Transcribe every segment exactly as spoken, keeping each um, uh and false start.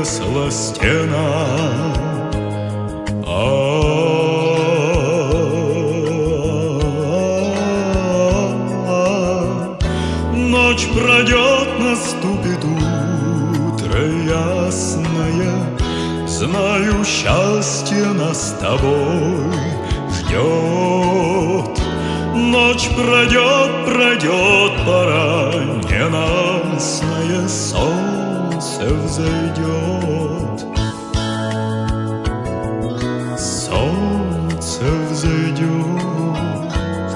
выросла стена. Ночь пройдет, наступит утро ясное. Знаю, счастье нас с тобой ждет. Ночь пройдет, пройдет пора ненастная, солнце взойдет. Солнце взойдет.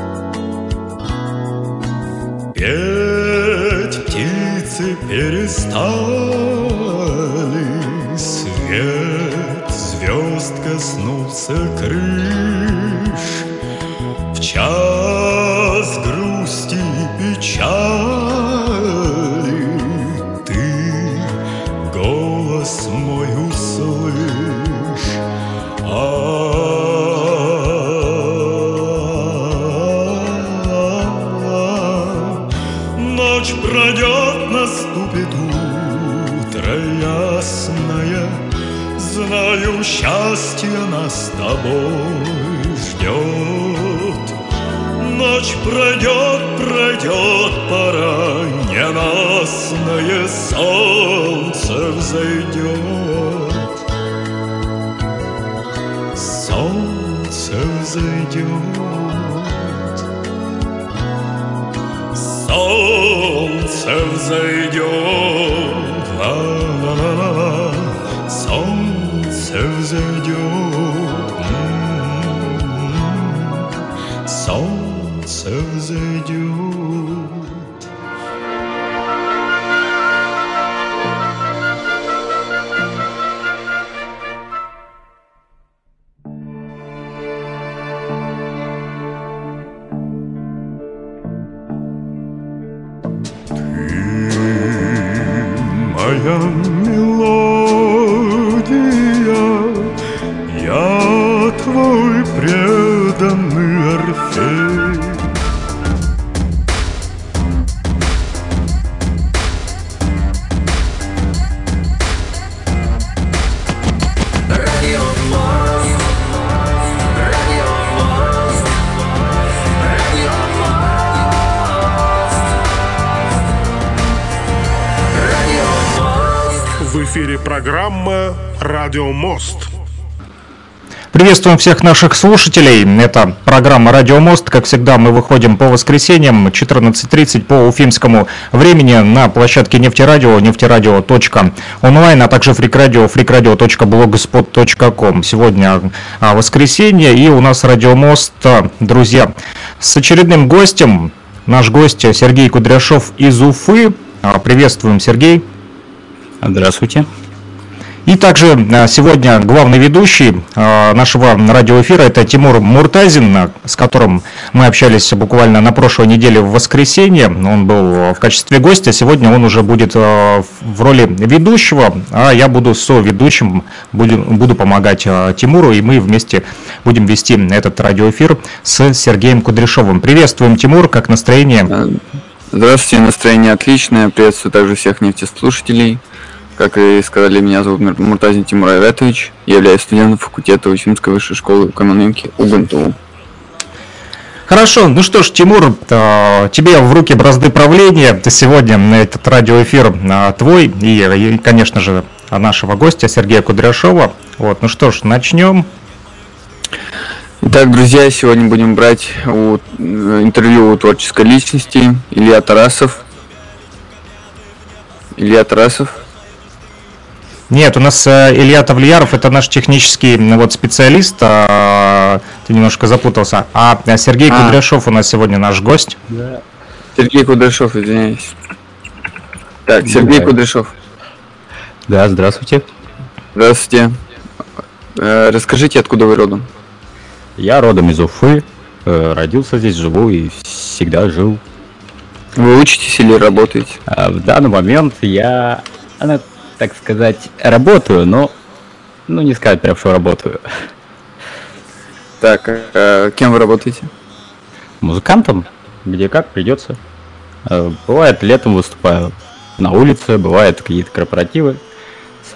Петь птицы перестали, свет звезд коснулся крыш. В час грусти и печали ты голос мой услышь. Ночь пройдет, наступит утро ясное. Знаю, счастье нас с тобой ждет. Ночь пройдет, пройдет пора ненастное, солнце взойдет. Солнце взойдет. Солнце взойдет. Ла-ла-ла-ла. Солнце взойдет. Солнце взойдет. Ты моя мелодия, я твой преданный Орфей. В эфире программа «Радио Мост». Приветствуем всех наших слушателей. Это программа «Радио Мост». Как всегда, мы выходим по воскресеньям четырнадцать тридцать по уфимскому времени на площадке Нефтерадио, нефтерадио точка онлайн, а также фрикрадио, фрикрадио точка блогспот точка ком. Сегодня воскресенье, и у нас «Радио Мост», друзья, с очередным гостем. Наш гость Сергей Кудряшов из Уфы. Приветствуем, Сергей. Здравствуйте. И также сегодня главный ведущий нашего радиоэфира — это Тимур Муртазин, с которым мы общались буквально на прошлой неделе в воскресенье. Он был в качестве гостя, сегодня он уже будет в роли ведущего, а я буду соведущим, буду, буду помогать Тимуру, и мы вместе будем вести этот радиоэфир с Сергеем Кудряшовым. Приветствуем, Тимур, как настроение? Здравствуйте, настроение отличное, приветствую также всех нефтеслушателей. Как и сказали, меня зовут Муртазин Тимур Айратович, я являюсь студентом факультета Уфимской высшей школы экономики УГНТУ. Хорошо, ну что ж, Тимур, тебе в руки бразды правления. Сегодня этот радиоэфир твой и, конечно же, нашего гостя Сергея Кудряшова. Вот, ну что ж, начнем. Итак, друзья, сегодня будем брать у, интервью у творческой личности Илья Тарасов. Илья Тарасов. Нет, у нас Илья Тавлияров — это наш технический вот, специалист, а, ты немножко запутался, а Сергей а. Кудряшов у нас сегодня наш гость. Да. Сергей Кудряшов, извиняюсь. Так, Сергей да. Кудряшов. Да, здравствуйте. Здравствуйте. Э, расскажите, откуда вы родом? Я родом из Уфы, э, родился здесь, живу и всегда жил. Вы учитесь или работаете? А в данный момент я... Она... так сказать, работаю, но, ну, не сказать прям, что работаю. Так, а кем вы работаете? Музыкантом, где как придется. Бывает, летом выступаю на улице, бывает какие-то корпоративы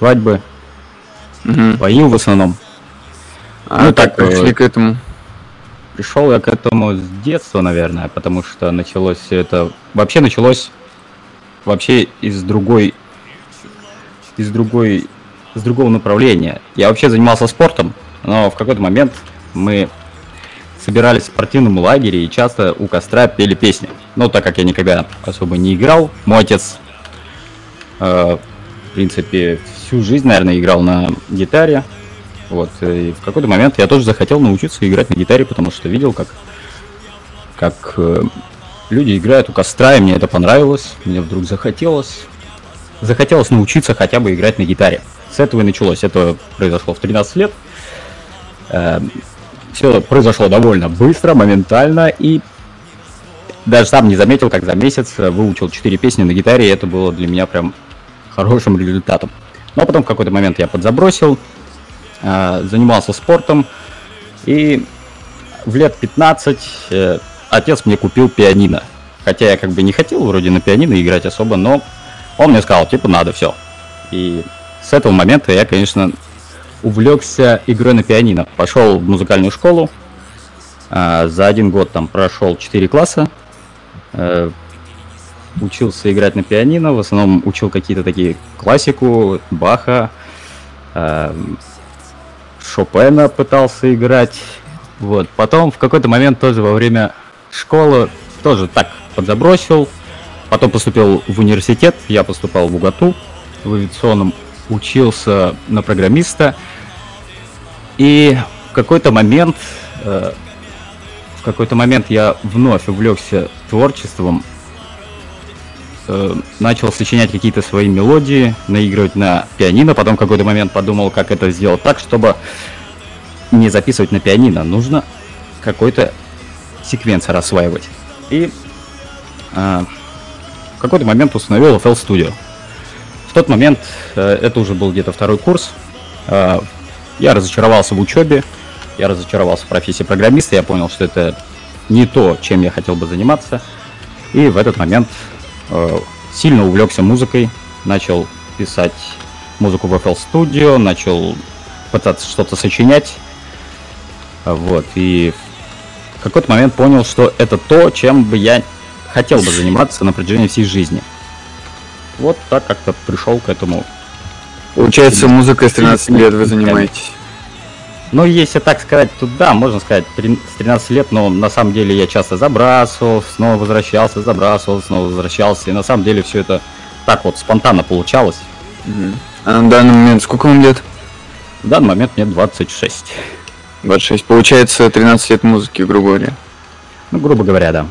свадьбы, Мгм. поил в основном. А Ну, как так, пришли э, к этому? Пришел я к этому с детства, наверное, потому что началось всё это... Вообще началось вообще из другой... из другой... с другого направления. Я вообще занимался спортом, но в какой-то момент мы собирались в спортивном лагере и часто у костра пели песни. Но так как я никогда особо не играл, мой отец, э, в принципе, всю жизнь, наверное, играл на гитаре. Вот, и в какой-то момент я тоже захотел научиться играть на гитаре, потому что видел, как, как э, люди играют у костра, и мне это понравилось. Мне вдруг захотелось, захотелось научиться хотя бы играть на гитаре. С этого и началось. Это произошло в тринадцать лет. Э, все произошло довольно быстро, моментально, и даже сам не заметил, как за месяц выучил четыре песни на гитаре, и это было для меня прям хорошим результатом. Но потом в какой-то момент я подзабросил, занимался спортом, и в лет пятнадцать э, отец мне купил пианино. Хотя я как бы не хотел вроде на пианино играть особо, но он мне сказал, типа, надо, все. И с этого момента я, конечно, увлекся игрой на пианино. Пошел в музыкальную школу, э, за один год там прошел четыре класса, э, учился играть на пианино, в основном учил какие-то такие классику, Баха, э, Шопена пытался играть. Вот. Потом в какой-то момент тоже во время школы тоже так подзабросил. Потом поступил в университет. Я поступал в УГАТУ, в авиационном, учился на программиста. И в какой-то момент, э, в какой-то момент я вновь увлекся творчеством. Э, начал сочинять какие-то свои мелодии, наигрывать на пианино. Потом в какой-то момент подумал, как это сделать так, чтобы не записывать на пианино. Нужно какой-то секвенсор осваивать. И э, в какой-то момент установил эф эл Studio. В тот момент, э, это уже был где-то второй курс, э, я разочаровался в учебе, я разочаровался в профессии программиста, я понял, что это не то, чем я хотел бы заниматься. И в этот момент сильно увлекся музыкой, начал писать музыку в эф эл Studio, начал пытаться что-то сочинять. Вот, и в какой-то момент понял, что это то, чем бы я хотел бы заниматься на протяжении всей жизни. Вот так как-то пришел к этому. Получается, музыкой с тринадцати лет вы занимаетесь? Ну, если так сказать, то да, можно сказать, с тринадцати лет, но на самом деле я часто забрасывал, снова возвращался, забрасывал, снова возвращался, и на самом деле все это так вот спонтанно получалось. Угу. А на данный момент сколько вам лет? В данный момент мне двадцать шесть. двадцать шесть. Получается, тринадцать лет музыки, грубо говоря. Ну, грубо говоря, да.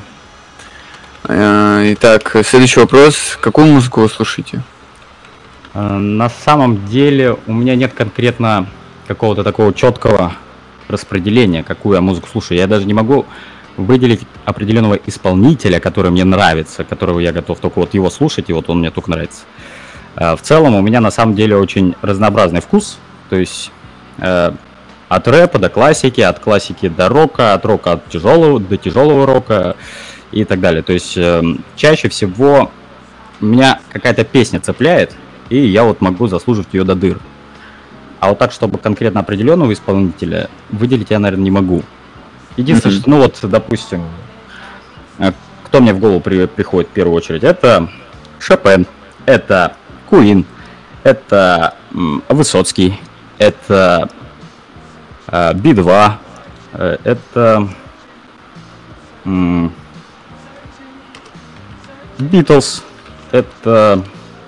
Итак, следующий вопрос. Какую музыку вы слушаете? На самом деле у меня нет конкретно какого-то такого четкого распределения, какую я музыку слушаю. Я даже не могу выделить определенного исполнителя, который мне нравится, которого я готов только вот его слушать, и вот он мне только нравится. В целом у меня на самом деле очень разнообразный вкус, то есть э, от рэпа до классики, от классики до рока, от рока от тяжелого до тяжелого рока и так далее. То есть э, чаще всего меня какая-то песня цепляет, и я вот могу заслужить ее до дыр. А вот так, чтобы конкретно определенного исполнителя выделить, я, наверное, не могу. Единственное, mm-hmm. что, ну вот, допустим, кто мне в голову при, приходит в первую очередь, это Шопен, это Куин, это м, Высоцкий, это э, би два, э, это м, Битлз, это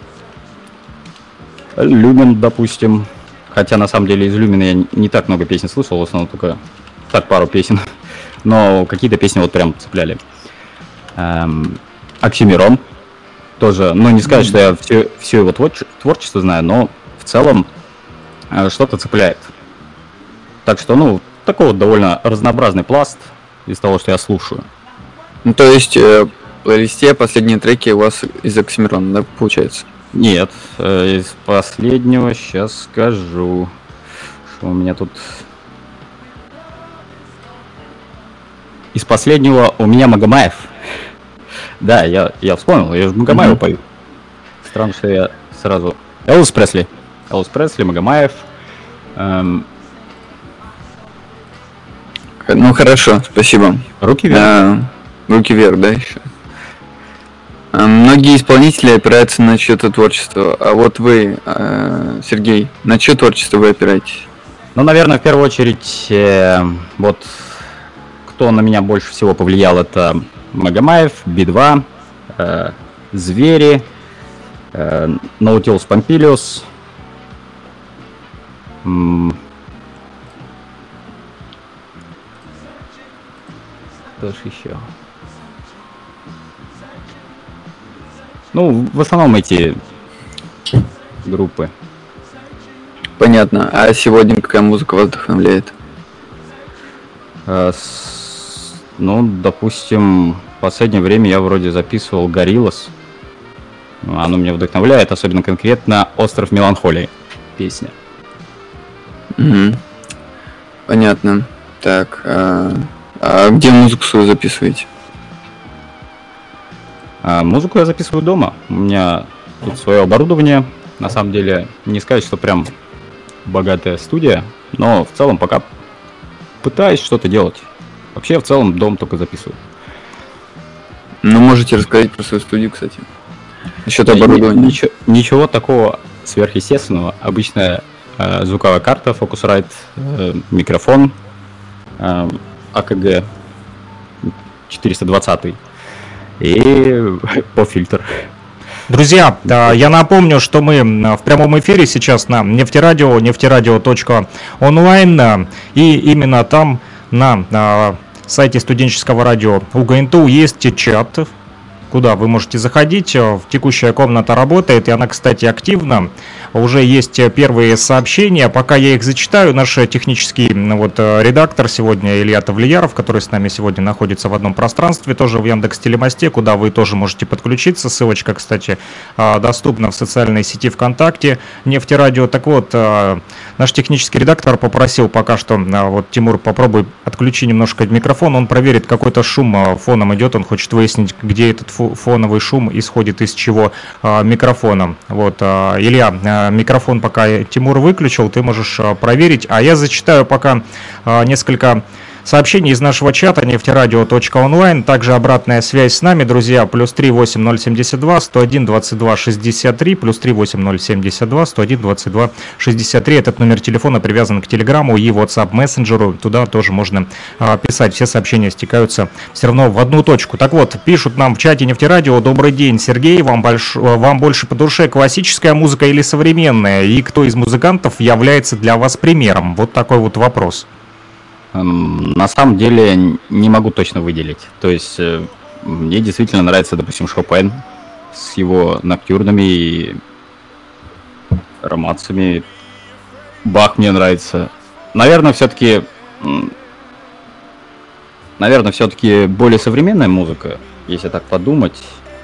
Люмен, допустим. Хотя, на самом деле, из Люмина я не так много песен слышал, в основном только так пару песен. Но какие-то песни вот прям цепляли. Эм, Оксимирон тоже, ну не сказать, что я все, все его творчество знаю, но в целом э, что-то цепляет. Так что, ну, такой вот довольно разнообразный пласт из того, что я слушаю. Ну, то есть, э, в плейлисте последние треки у вас из Оксимирона, да, получается? Нет, э, из последнего сейчас скажу, что у меня тут... Из последнего у меня Магомаев. Да, я, я вспомнил, я же Магомаева mm-hmm. пою. Странно, что я сразу... Элвис Пресли. Элвис Пресли, Магомаев. Эм, Ну хорошо, спасибо. Руки вверх. А, руки вверх, да, еще. А, многие исполнители опираются на чье-то творчество. А вот вы, а, Сергей, на чье творчество вы опираетесь? Ну, наверное, в первую очередь, э, вот кто на меня больше всего повлиял, это Магомаев, Би два, э, Звери, э, Наутилус Помпилиус. М- Кто же еще? Ну, в основном эти группы. Понятно. А сегодня какая музыка вас вдохновляет? Э, с- Ну, допустим, в последнее время я вроде записывал Гориллас. Оно меня вдохновляет, особенно конкретно «Остров меланхолии» песня. Угу. Понятно. Так, а, а где музыку свою записываете? А музыку я записываю дома. У меня тут свое оборудование. На самом деле, не сказать, что прям богатая студия, но в целом пока пытаюсь что-то делать. Вообще, в целом, дом только записываю. Ну, можете рассказать про свою студию, кстати. Насчет Ни- оборудования. Ничего, ничего такого сверхъестественного. Обычная э, звуковая карта, Focusrite, э, микрофон, э, АКГ четыреста двадцать и поп-фильтр. Друзья, да, я напомню, что мы м, в прямом эфире сейчас на нефтерадио, нефтерадио точка онлайн, и именно там на, а, сайте студенческого радио УГНТУ есть чат, куда вы можете заходить. Текущая комната работает, и она, кстати, активна. Уже есть первые сообщения. Пока я их зачитаю, наш технический м, вот, э, редактор сегодня, Илья Тавлияров, который с нами сегодня находится в одном пространстве, тоже в Яндекс.Телемосте, куда вы тоже можете подключиться. Ссылочка, кстати, э, доступна в социальной сети ВКонтакте Нефтерадио. Так вот, э, наш технический редактор попросил пока что, э, вот, Тимур, попробуй отключи немножко микрофон, он проверит, какой-то шум э, фоном идет, он хочет выяснить, где этот фу- фоновый шум исходит из чего э, микрофона. Вот, э, Илья, э, микрофон пока Тимур выключил, ты можешь э, проверить, а я зачитаю пока э, несколько сообщений из нашего чата нефтерадио точка онлайн, также обратная связь с нами, друзья, плюс три восемь ноль семьдесят два сто один двадцать два шестьдесят три, плюс три восемь ноль семьдесят два сто один двадцать два шестьдесят три, этот номер телефона привязан к Телеграму и WhatsApp мессенджеру, туда тоже можно а, писать, все сообщения стекаются все равно в одну точку. Так вот, пишут нам в чате Нефтерадио: добрый день, Сергей, вам, больш... вам больше по душе классическая музыка или современная, и кто из музыкантов является для вас примером? Вот такой вот вопрос. Эм, На самом деле не могу точно выделить. То есть э, мне действительно нравится, допустим, Шопен с его ноктюрнами и романсами. Бах мне нравится. Наверное, все-таки, наверное, все-таки более современная музыка, если так подумать.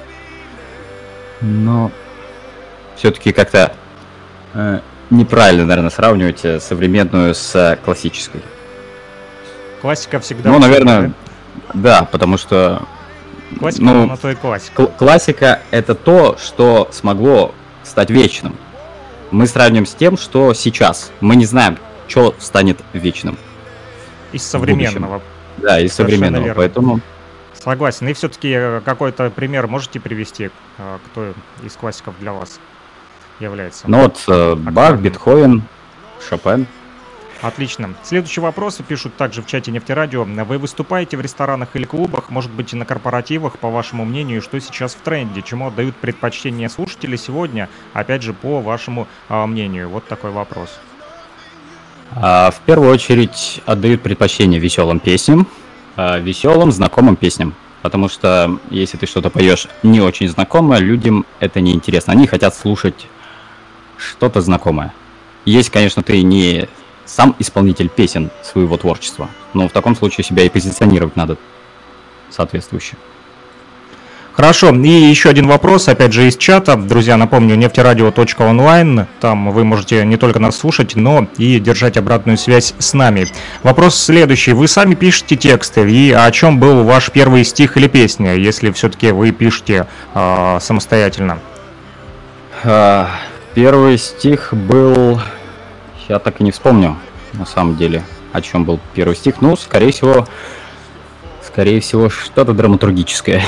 Но все-таки как-то э, неправильно, наверное, сравнивать э, современную с э, классической. Классика всегда... Ну, лучше, наверное, да, потому что да? Классика, ну, на то и классика. кл- классика — это то, что смогло стать вечным. Мы сравним с тем, что сейчас. Мы не знаем, что станет вечным. Из современного. Да, из Совершенно современного, верно. поэтому... Согласен. И все-таки какой-то пример можете привести, э, кто из классиков для вас является? Ну вот, э, Бах, Бетховен, Шопен. Отлично. Следующий вопрос пишут также в чате Нефтерадио. Вы выступаете в ресторанах или клубах, может быть, и на корпоративах, по вашему мнению, что сейчас в тренде? Чему отдают предпочтение слушатели сегодня? Опять же, по вашему а, мнению. Вот такой вопрос. А, в первую очередь отдают предпочтение веселым песням, а, веселым, знакомым песням. Потому что если ты что-то поешь не очень знакомое, людям это не интересно. Они хотят слушать что-то знакомое. Есть, конечно, ты не сам исполнитель песен своего творчества, но в таком случае себя и позиционировать надо соответствующе. Хорошо, и еще один вопрос, опять же, из чата. Друзья, напомню, нефтерадио точка онлайн, там вы можете не только нас слушать, но и держать обратную связь с нами. Вопрос следующий. Вы сами пишете тексты, и о чем был ваш первый стих или песня, если все-таки вы пишете э, самостоятельно? А, Первый стих был... Я так и не вспомню, на самом деле, о чем был первый стих. Ну, скорее всего, скорее всего, что-то драматургическое.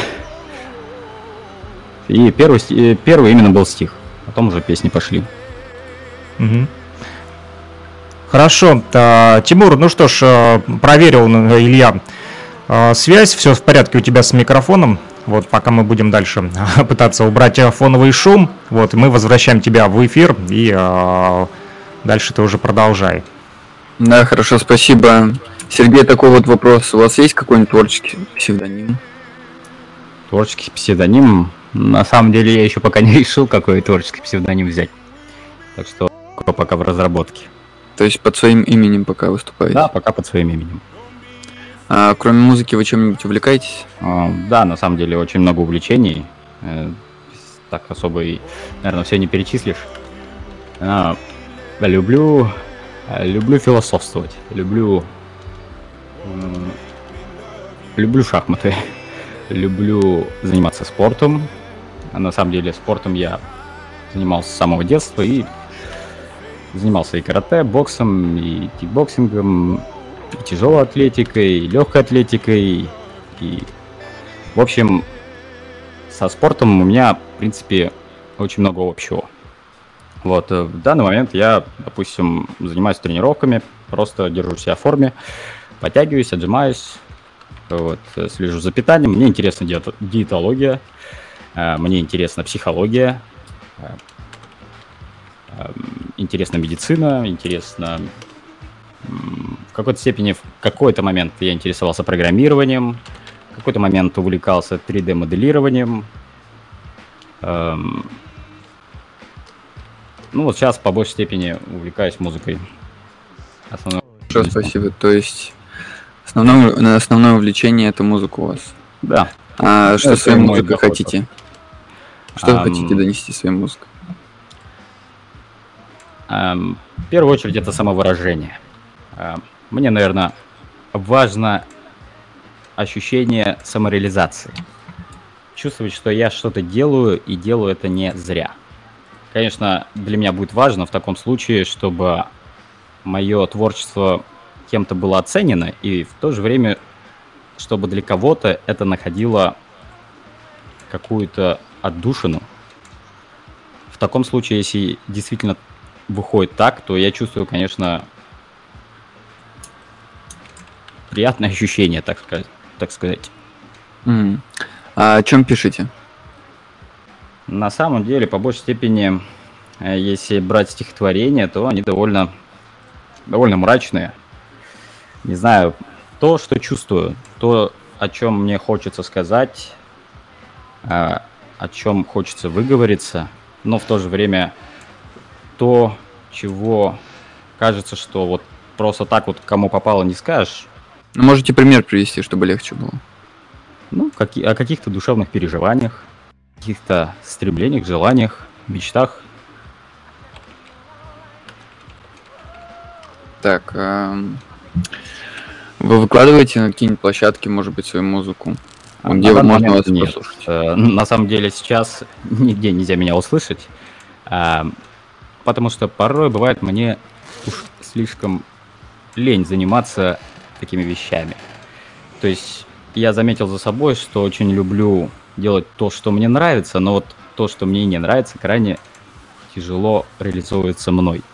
И первый, sti- первый именно был стих. Потом уже песни пошли. Мгм. Хорошо. Та, Тимур, ну что ж, э, проверил э, Илья э, связь, все в порядке у тебя с микрофоном. Вот, пока мы будем дальше пытаться убрать э, фоновый шум, вот, мы возвращаем тебя в эфир, и э, дальше ты уже продолжай. Да, хорошо, спасибо. Сергей, такой вот вопрос. У вас есть какой-нибудь творческий псевдоним? Творческий псевдоним. На самом деле я еще пока не решил, какой творческий псевдоним взять. Так что пока в разработке. То есть под своим именем пока выступаете? Да, пока под своим именем. А кроме музыки вы чем-нибудь увлекаетесь? А, Да, на самом деле очень много увлечений. Э, Так особо и, наверное, все не перечислишь. А, Люблю, э, люблю философствовать. Люблю, м, люблю шахматы. Люблю заниматься спортом. А на самом деле спортом я занимался с самого детства и занимался и карате, боксом, и кикбоксингом, и тяжелой атлетикой, и легкой атлетикой. И, в общем, со спортом у меня, в принципе, очень много общего. Вот, э, в данный момент я, допустим, занимаюсь тренировками, просто держу себя в форме, подтягиваюсь, отжимаюсь, вот, э, слежу за питанием. Мне интересна дието- диетология, э, мне интересна психология, э, эм, интересна медицина, интересно... м, В какой-то степени, в какой-то момент я интересовался программированием, в какой-то момент увлекался три дэ-моделированием. Эм, Ну вот сейчас по большей степени увлекаюсь музыкой. Основное. Хорошо, спасибо. То есть основное, основное увлечение это музыка у вас. Да. А что это своей мой музыкой доход. хотите? Что вы Ам. хотите донести своей музыкой? Эм, В первую очередь это самовыражение. Эм, Мне, наверное, важно ощущение самореализации. Чувствовать, что я что-то делаю и делаю это не зря. Конечно, для меня будет важно в таком случае, чтобы мое творчество кем-то было оценено, и в то же время, чтобы для кого-то это находило какую-то отдушину. В таком случае, если действительно выходит так, то я чувствую, конечно, приятное ощущение, так сказать. Так сказать. М. А о чем пишете? На самом деле, по большей степени, э, если брать стихотворения, то они довольно, довольно мрачные. Не знаю, то, что чувствую, то, о чем мне хочется сказать, э, о чем хочется выговориться, но в то же время то, чего кажется, что вот просто так вот кому попало не скажешь. Ну, можете пример привести, чтобы легче было. Ну, каки- о каких-то душевных переживаниях, каких-то стремлениях, желаниях, мечтах. Так, ам, вы выкладываете на какие-нибудь площадки, может быть, свою музыку? А Вот на где вот данный можно вас момент нет. послушать? Э, На самом деле сейчас нигде нельзя меня услышать, а, потому что порой бывает мне уж слишком лень заниматься такими вещами. То есть я заметил за собой, что очень люблю делать то, что мне нравится, но вот то, что мне не нравится, крайне тяжело реализуется мной.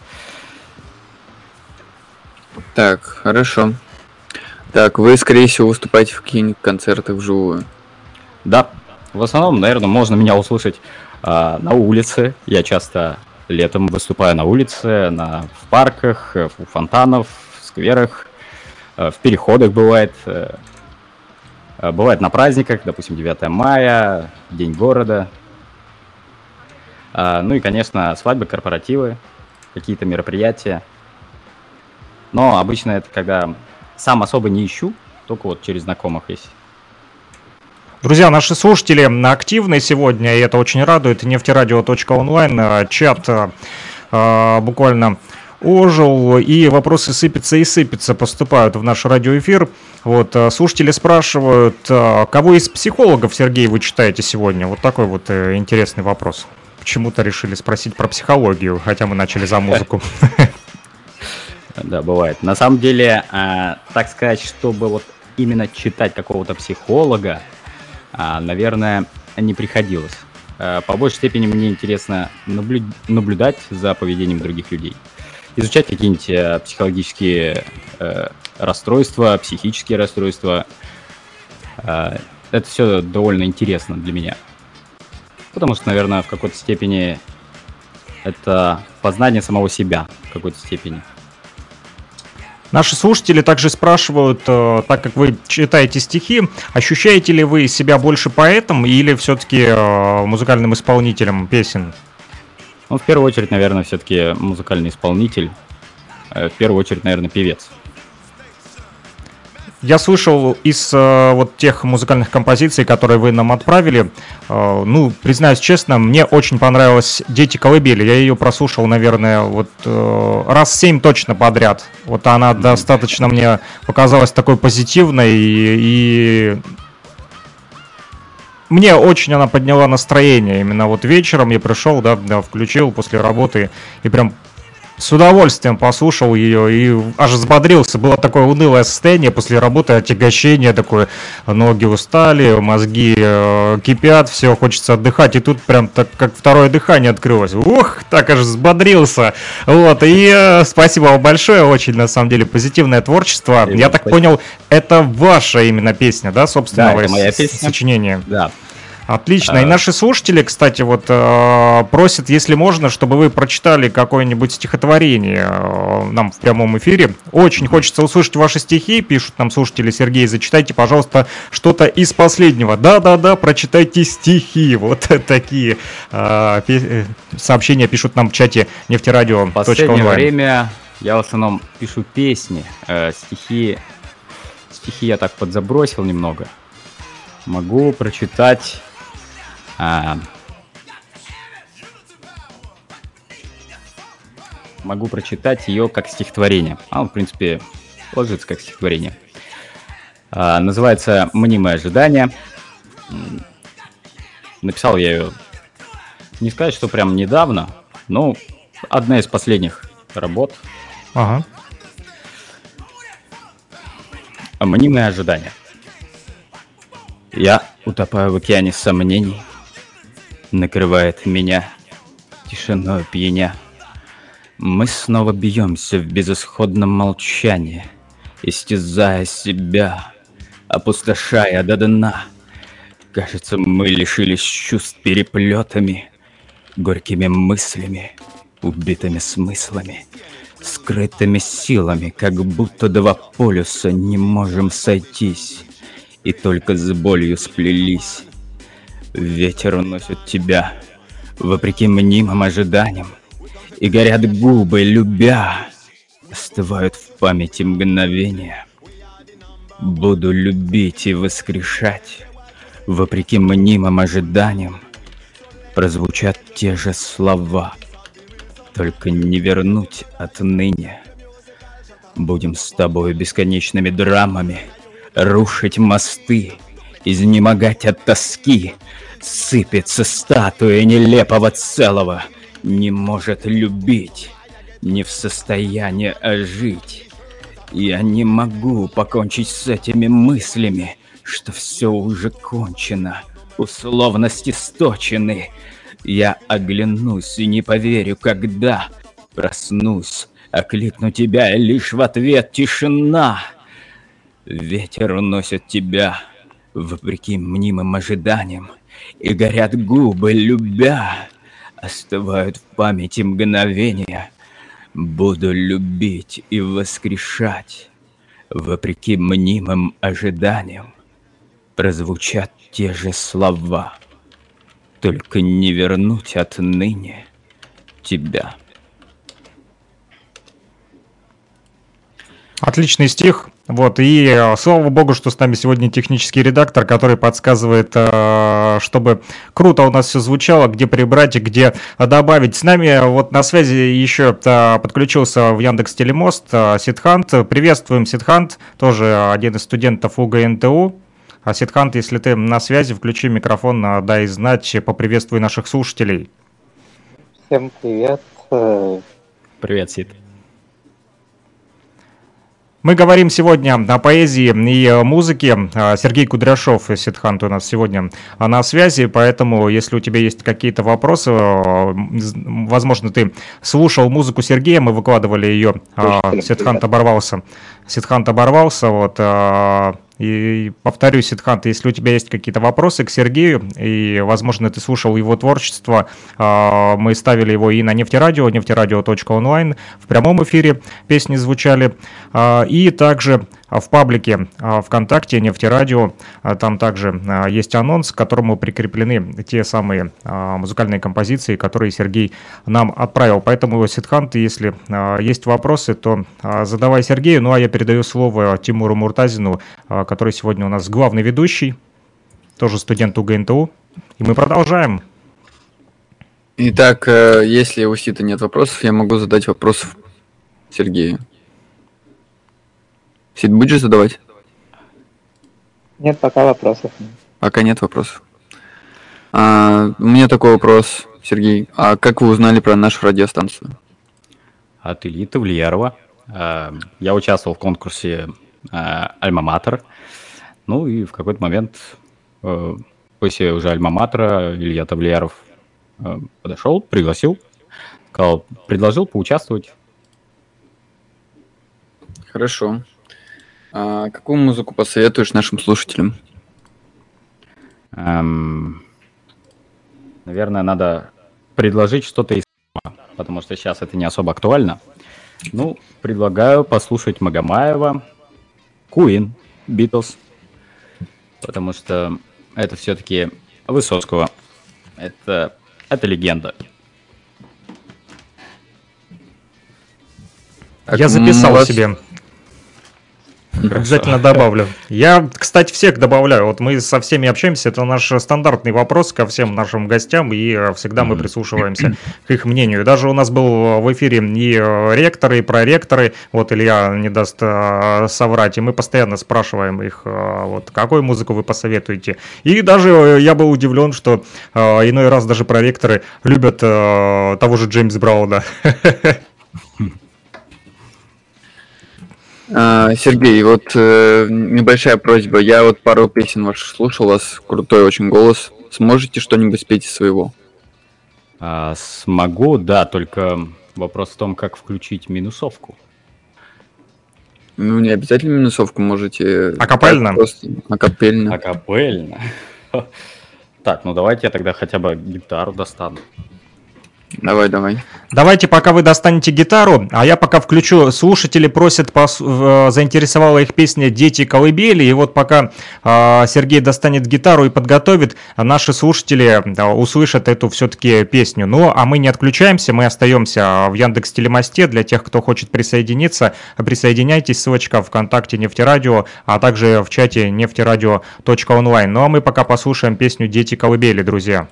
Так, хорошо. Так, вы, скорее всего, выступаете в каких-нибудь концертах вживую. Да, в основном, наверное, можно меня услышать а, на улице. Я часто летом выступаю на улице, на, в парках, э, у фонтанов, в скверах, э, в переходах бывает. э, э, Бывает на праздниках, допустим, девятое мая, День города. А, Ну и, конечно, свадьбы, корпоративы, какие-то мероприятия. Но обычно это когда сам особо не ищу, только вот через знакомых есть. Друзья, наши слушатели активны сегодня, и это очень радует. нефтерадио точка онлайн, э, чат э, э, буквально ожил, и вопросы сыпятся и сыпятся, поступают в наш радиоэфир. Вот, э, слушатели спрашивают, э, кого из психологов, Сергей, вы читаете сегодня? Вот такой вот э, интересный вопрос. почему-то решили спросить про психологию, хотя мы начали за музыку. Да, бывает. На самом деле, э, так сказать, чтобы вот именно читать какого-то психолога, э, наверное, не приходилось. Э, по большей степени мне интересно наблю- наблюдать за поведением других людей. Изучать какие-нибудь э, психологические э, расстройства, психические расстройства. Э, это все довольно интересно для меня. Потому что, наверное, в какой-то степени это познание самого себя в какой-то степени. Наши слушатели также спрашивают, э, так как вы читаете стихи, ощущаете ли вы себя больше поэтом или все-таки э, музыкальным исполнителем песен? Ну, в первую очередь, наверное, все-таки музыкальный исполнитель. Э, в первую очередь, наверное, певец. Я слышал из э, вот тех музыкальных композиций, которые вы нам отправили, э, ну, признаюсь честно, мне очень понравилась «Дети колыбели». Я ее прослушал, наверное, вот э, раз семь точно подряд. Вот она mm-hmm. достаточно мне показалась такой позитивной, и, и мне очень она подняла настроение. Именно вот вечером я пришел, да, да, включил после работы и прям с удовольствием послушал ее и аж взбодрился. Было такое унылое состояние после работы, отягощение такое. Ноги устали, мозги э, кипят, все, хочется отдыхать. И тут прям так, как второе дыхание открылось. Ух, так аж взбодрился. Вот, и э, спасибо вам большое. Очень, на самом деле, позитивное творчество. И Я так спасибо. понял, это ваша именно песня, да, собственно, да, это моя песня. Сочинение? Да. Отлично. И наши слушатели, кстати, вот э, просят, если можно, чтобы вы прочитали какое-нибудь стихотворение э, нам в прямом эфире. Очень хочется услышать ваши стихи, пишут нам слушатели. Сергей, зачитайте, пожалуйста, что-то из последнего. Да-да-да, прочитайте стихи. Вот такие э, пи- сообщения пишут нам в чате нефтерадио. В последнее время я в основном пишу песни. Э, стихи, стихи я так подзабросил немного. Могу прочитать... А, могу прочитать ее как стихотворение. А, в принципе, ложится как стихотворение. А, называется «Мнимое ожидание». Написал я ее, не сказать, что прям недавно, но одна из последних работ. Ага. «Мнимое ожидание». Я утопаю в океане сомнений. Накрывает меня тишиной пьяня. Мы снова бьемся в безысходном молчании, истязая себя, опустошая до дна. Кажется, мы лишились чувств переплетами, горькими мыслями, убитыми смыслами, скрытыми силами, как будто два полюса не можем сойтись и только с болью сплелись. Ветер уносит тебя, вопреки мнимым ожиданиям, и горят губы, любя, остывают в памяти мгновения. Буду любить и воскрешать, вопреки мнимым ожиданиям. Прозвучат те же слова, только не вернуть отныне. Будем с тобой бесконечными драмами рушить мосты, изнемогать от тоски. Сыпется статуя нелепого целого, не может любить, не в состоянии ожить. Я не могу покончить с этими мыслями, что все уже кончено, условности сточены. Я оглянусь и не поверю, когда проснусь, окликну тебя, и лишь в ответ тишина. Ветер уносит тебя, вопреки мнимым ожиданиям, и горят губы, любя, остывают в памяти мгновения. Буду любить и воскрешать, вопреки мнимым ожиданиям. Прозвучат те же слова, только не вернуть отныне тебя. Отличный стих. Вот, и э, слава богу, что с нами сегодня технический редактор, который подсказывает, э, чтобы круто у нас все звучало, где прибрать и где добавить. С нами вот на связи еще э, подключился в Яндекс.Телемост э, Сидхант. Приветствуем, Сидхант, тоже один из студентов УГНТУ. А Сидхант, если ты на связи, включи микрофон, дай знать, поприветствуй наших слушателей. Всем привет. Э, Привет, Сид. Мы говорим сегодня о поэзии и музыке. А, Сергей Кудряшов, Сидхант, у нас сегодня на связи, поэтому если у тебя есть какие-то вопросы, э, возможно, ты слушал музыку Сергея, мы выкладывали ее, а, Слушателям Сидхант привет. оборвался. Сидхант оборвался, вот, а, и повторю, Сидхант, если у тебя есть какие-то вопросы к Сергею, и, возможно, ты слушал его творчество, а, мы ставили его и на Нефтерадио, нефтерадио точка онлайн, в прямом эфире песни звучали, а, и также в паблике а, ВКонтакте Нефтерадио, а, там также а, есть анонс, к которому прикреплены те самые а, музыкальные композиции, которые Сергей нам отправил. Поэтому, Сидхант, если а, есть вопросы, то а, задавай Сергею, ну а я передаю слово Тимуру Муртазину, а, который сегодня у нас главный ведущий, тоже студент УГНТУ, и мы продолжаем. Итак, э, если у Сита нет вопросов, я могу задать вопрос Сергею. Сид, будешь задавать? Нет, пока вопросов нет. Пока нет вопросов. А, у меня такой вопрос, Сергей. А как вы узнали про нашу радиостанцию? От Ильи Тавлиярова. Э, Я участвовал в конкурсе «Альма-Матер». Ну и в какой-то момент, э, после уже «Альма-Матера», Илья Тавлияров э, подошел, пригласил, сказал, предложил поучаствовать. Хорошо. А какую музыку посоветуешь нашим слушателям? Эм, Наверное, надо предложить что-то из альбома, потому что сейчас это не особо актуально. Ну, предлагаю послушать Магомаева, Queen, Beatles, потому что это все-таки Высоцкого. Это, это легенда. Так, Я записал м, у вас- себе. Обязательно добавлю. Я, кстати, всех добавляю. Вот мы со всеми общаемся, это наш стандартный вопрос ко всем нашим гостям, и э, всегда мы прислушиваемся к их мнению. Даже у нас был в эфире и э, ректоры, и проректоры, вот Илья не даст э, соврать, и мы постоянно спрашиваем их, э, вот, какую музыку вы посоветуете. И даже э, я был удивлен, что э, иной раз даже проректоры любят э, того же Джеймса Брауна. А, Сергей, вот э, небольшая просьба. Я вот пару песен ваших слушал, у вас крутой очень голос. Сможете что-нибудь спеть из своего? А, смогу, да, только вопрос в том, как включить минусовку. Ну, не обязательно минусовку, можете... Акапельно? так Просто акапельно. Акапельно. Так, ну давайте я тогда хотя бы гитару достану. Давай, давай. Давайте, пока вы достанете гитару, а я пока включу. Слушатели просят, пос- в- заинтересовала их песня «Дети колыбели». И вот пока а, Сергей достанет гитару и подготовит, наши слушатели да, услышат эту все-таки песню. Ну, а мы не отключаемся, мы остаемся в Яндекс.Телемосте. Для тех, кто хочет присоединиться, присоединяйтесь. Ссылочка ВКонтакте Нефтерадио, а также в чате нефтерадио точка онлайн. Ну, а мы пока послушаем песню «Дети колыбели», друзья.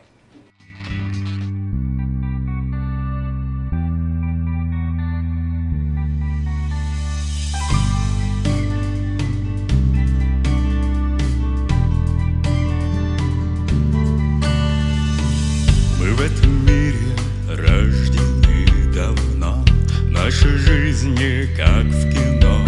Мы в этом мире рождены давно, наши жизни как в кино.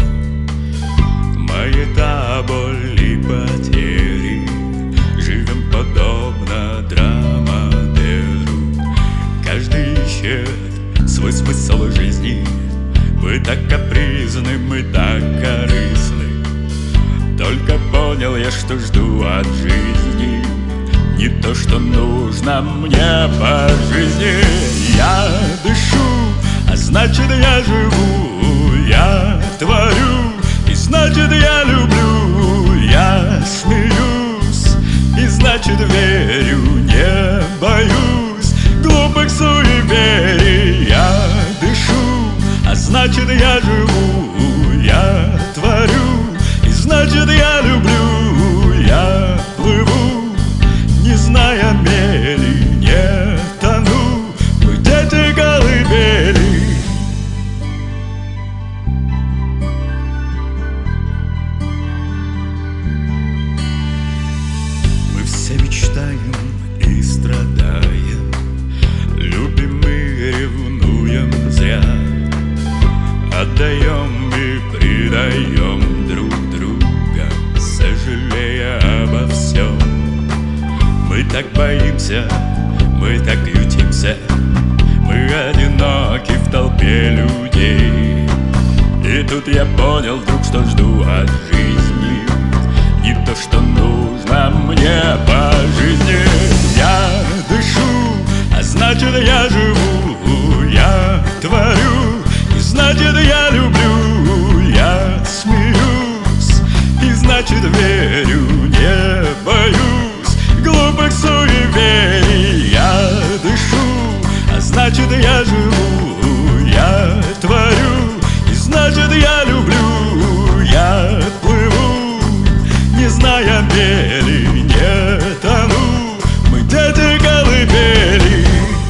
Маята, боль и потери, живем подобно драмадеру. Каждый ищет свой смысл жизни, мы так капризны, мы так корыстны. Только понял я, что жду от жизни не то, что нужно мне по жизни. Я дышу, а значит я живу. Я творю, и значит я люблю. Я смеюсь, и значит верю. Не боюсь глупых суеверий. Я дышу, а значит я живу. Я творю, и значит я люблю. Я плыву, не зная мели, не тону, мы дети колыбели. Мы все мечтаем и страдаем, любим мы отдаем и предаем друг друга, сожалея обо всем. Мы так боимся, мы так ютимся, мы одиноки в толпе людей. И тут я понял вдруг, что жду от жизни не то, что нужно мне по жизни. Я дышу, а значит я живу, я творю, и значит я люблю. Я смеюсь, и значит верю, не боюсь глупых суеверий. Я дышу, а значит я живу, я творю, и значит я люблю. Я плыву, не зная мели, не тону, мы дети колыбели.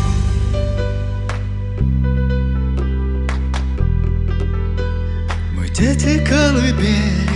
Мы дети колыбели.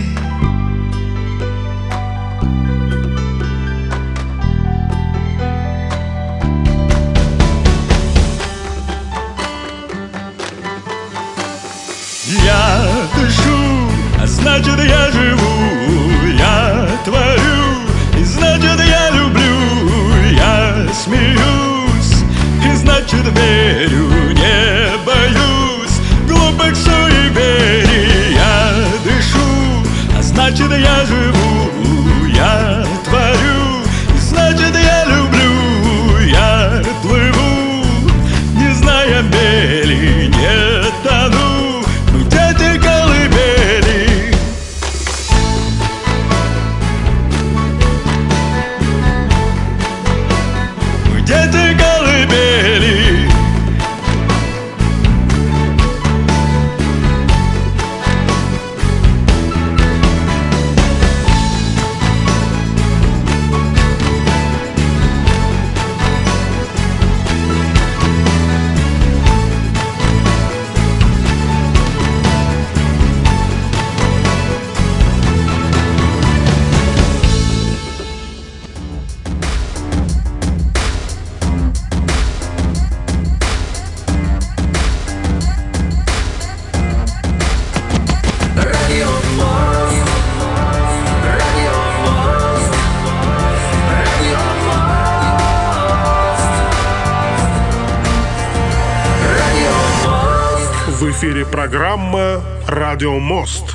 Я дышу, а значит я живу, я творю, и значит я люблю. Я смеюсь, и значит верю, не боюсь глупых суеверий. Я дышу, а значит я живу, я творю, и значит я люблю. Я плыву, не зная мели, не тону, мы дети колыбели. Мы дети колыбели. В эфире программа «Радио Мост».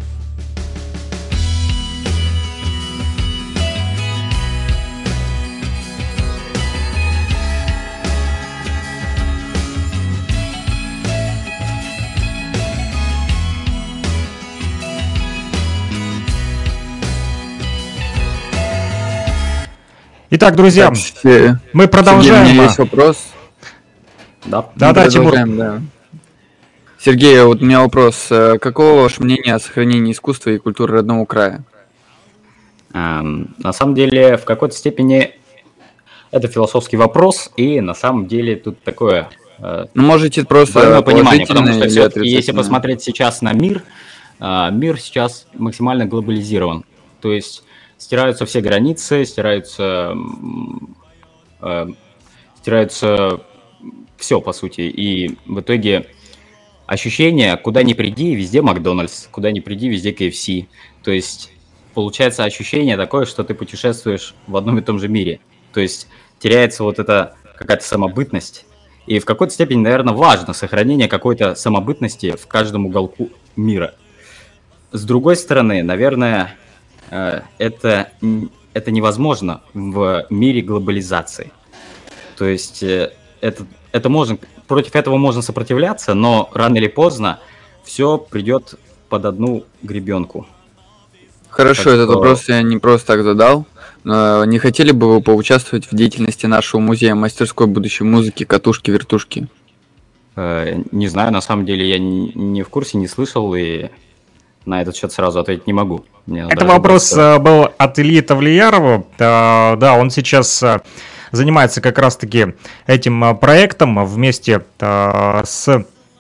Итак, друзья, Так, Се- мы продолжаем. Сергей, у меня есть вопрос. Да. Да, Мы да, Тимур. продолжаем, да. Сергей, вот у меня вопрос. Э, Какого ваше мнение о сохранении искусства и культуры родного края? Эм, на самом деле, в какой-то степени это философский вопрос, и на самом деле тут такое э, Ну, можете просто двойное понимание, потому положительное что или все-таки, если отрицательное. посмотреть сейчас на мир, э, мир сейчас максимально глобализирован. То есть стираются все границы, стираются, м, э, стираются все, по сути. И в итоге ощущение, куда ни приди, везде Макдональдс, куда ни приди, везде кей эф си. То есть получается ощущение такое, что ты путешествуешь в одном и том же мире. То есть теряется вот эта какая-то самобытность. И в какой-то степени, наверное, важно сохранение какой-то самобытности в каждом уголку мира. С другой стороны, наверное, э, это, н- это невозможно в мире глобализации. То есть э, это, это можно, против этого можно сопротивляться, но рано или поздно все придет под одну гребенку. Хорошо, Так этот что- вопрос я не просто так задал. Но не хотели бы вы поучаствовать в деятельности нашего музея мастерской будущей музыки «Катушки-вертушки»? Э, Не знаю, на самом деле я н- не в курсе, не слышал, и на этот счет сразу ответить не могу. Мне Это даже вопрос просто- э, был от Ильи Тавлиярова. Э, Да, он сейчас э, занимается как раз-таки этим э, проектом вместе э, с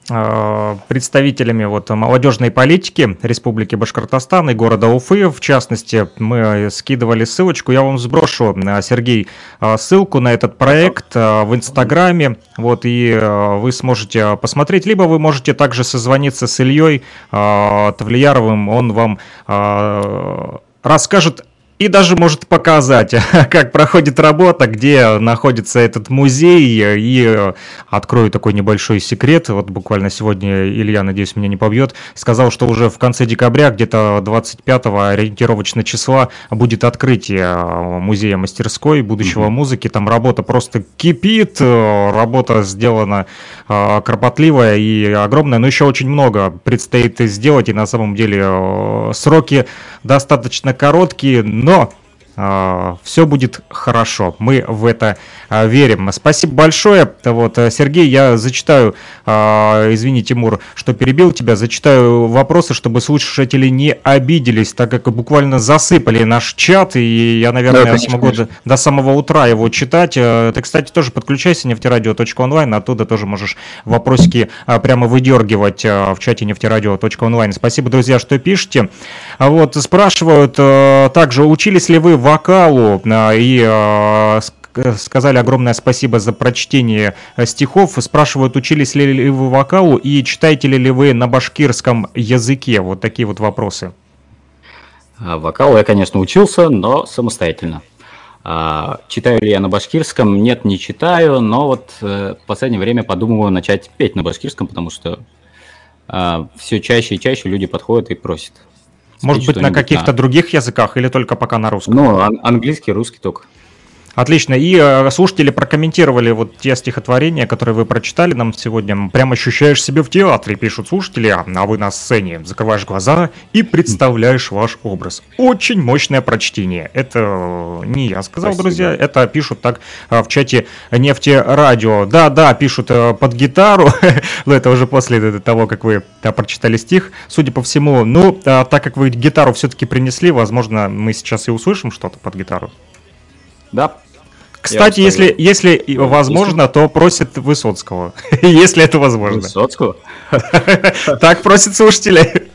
представителями вот молодежной политики Республики Башкортостан и города Уфы. В частности, мы скидывали ссылочку. Я вам сброшу, Сергей, ссылку на этот проект в Инстаграме. Вот, и вы сможете посмотреть. Либо вы можете также созвониться с Ильей Тавлияровым. Он вам расскажет и даже может показать, как проходит работа, где находится этот музей. И открою такой небольшой секрет. Вот буквально сегодня Илья, надеюсь, меня не побьет, сказал, что уже в конце декабря, где-то двадцать пятого ориентировочно числа, будет открытие музея мастерской будущего mm-hmm. музыки. Там работа просто кипит, работа сделана кропотливая и огромная, но еще очень много предстоит сделать. И на самом деле сроки достаточно короткие, но э, все будет хорошо. Мы в это э, верим. Спасибо большое. Вот, Сергей, я зачитаю, э, извини, Тимур, что перебил тебя, зачитаю вопросы, чтобы слушатели не обиделись, так как буквально засыпали наш чат, и я, наверное, да, конечно, смогу до, до самого утра его читать. Ты, кстати, тоже подключайся, нефтерадио точка онлайн, оттуда тоже можешь вопросики э, прямо выдергивать э, в чате нефтерадио точка онлайн. Спасибо, друзья, что пишете. Вот, спрашивают э, также, учились ли вы вокалу, э, и э, сказали огромное спасибо за прочтение стихов. Спрашивают, учились ли вы вокалу и читаете ли вы на башкирском языке? Вот такие вот вопросы. Вокал я, конечно, учился, но самостоятельно. Читаю ли я на башкирском? Нет, не читаю, но вот в последнее время подумываю начать петь на башкирском, потому что все чаще и чаще люди подходят и просят. Может быть, на каких-то на... других языках или только пока на русском? Ну, ан- английский, русский только. Отлично. И э, слушатели прокомментировали вот те стихотворения, которые вы прочитали нам сегодня. Прям ощущаешь себя в театре, пишут слушатели, а вы на сцене закрываешь глаза и представляешь ваш образ. Очень мощное прочтение. Это не я сказал, спасибо, друзья, это пишут так в чате Нефтерадио. Да-да, пишут под гитару, но это уже после того, как вы прочитали стих, судя по всему. Ну, так как вы гитару все-таки принесли, возможно, мы сейчас и услышим что-то под гитару. Да. Кстати, если, если возможно, то просит Высоцкого, если это возможно. Высоцкого? Так просят слушатели.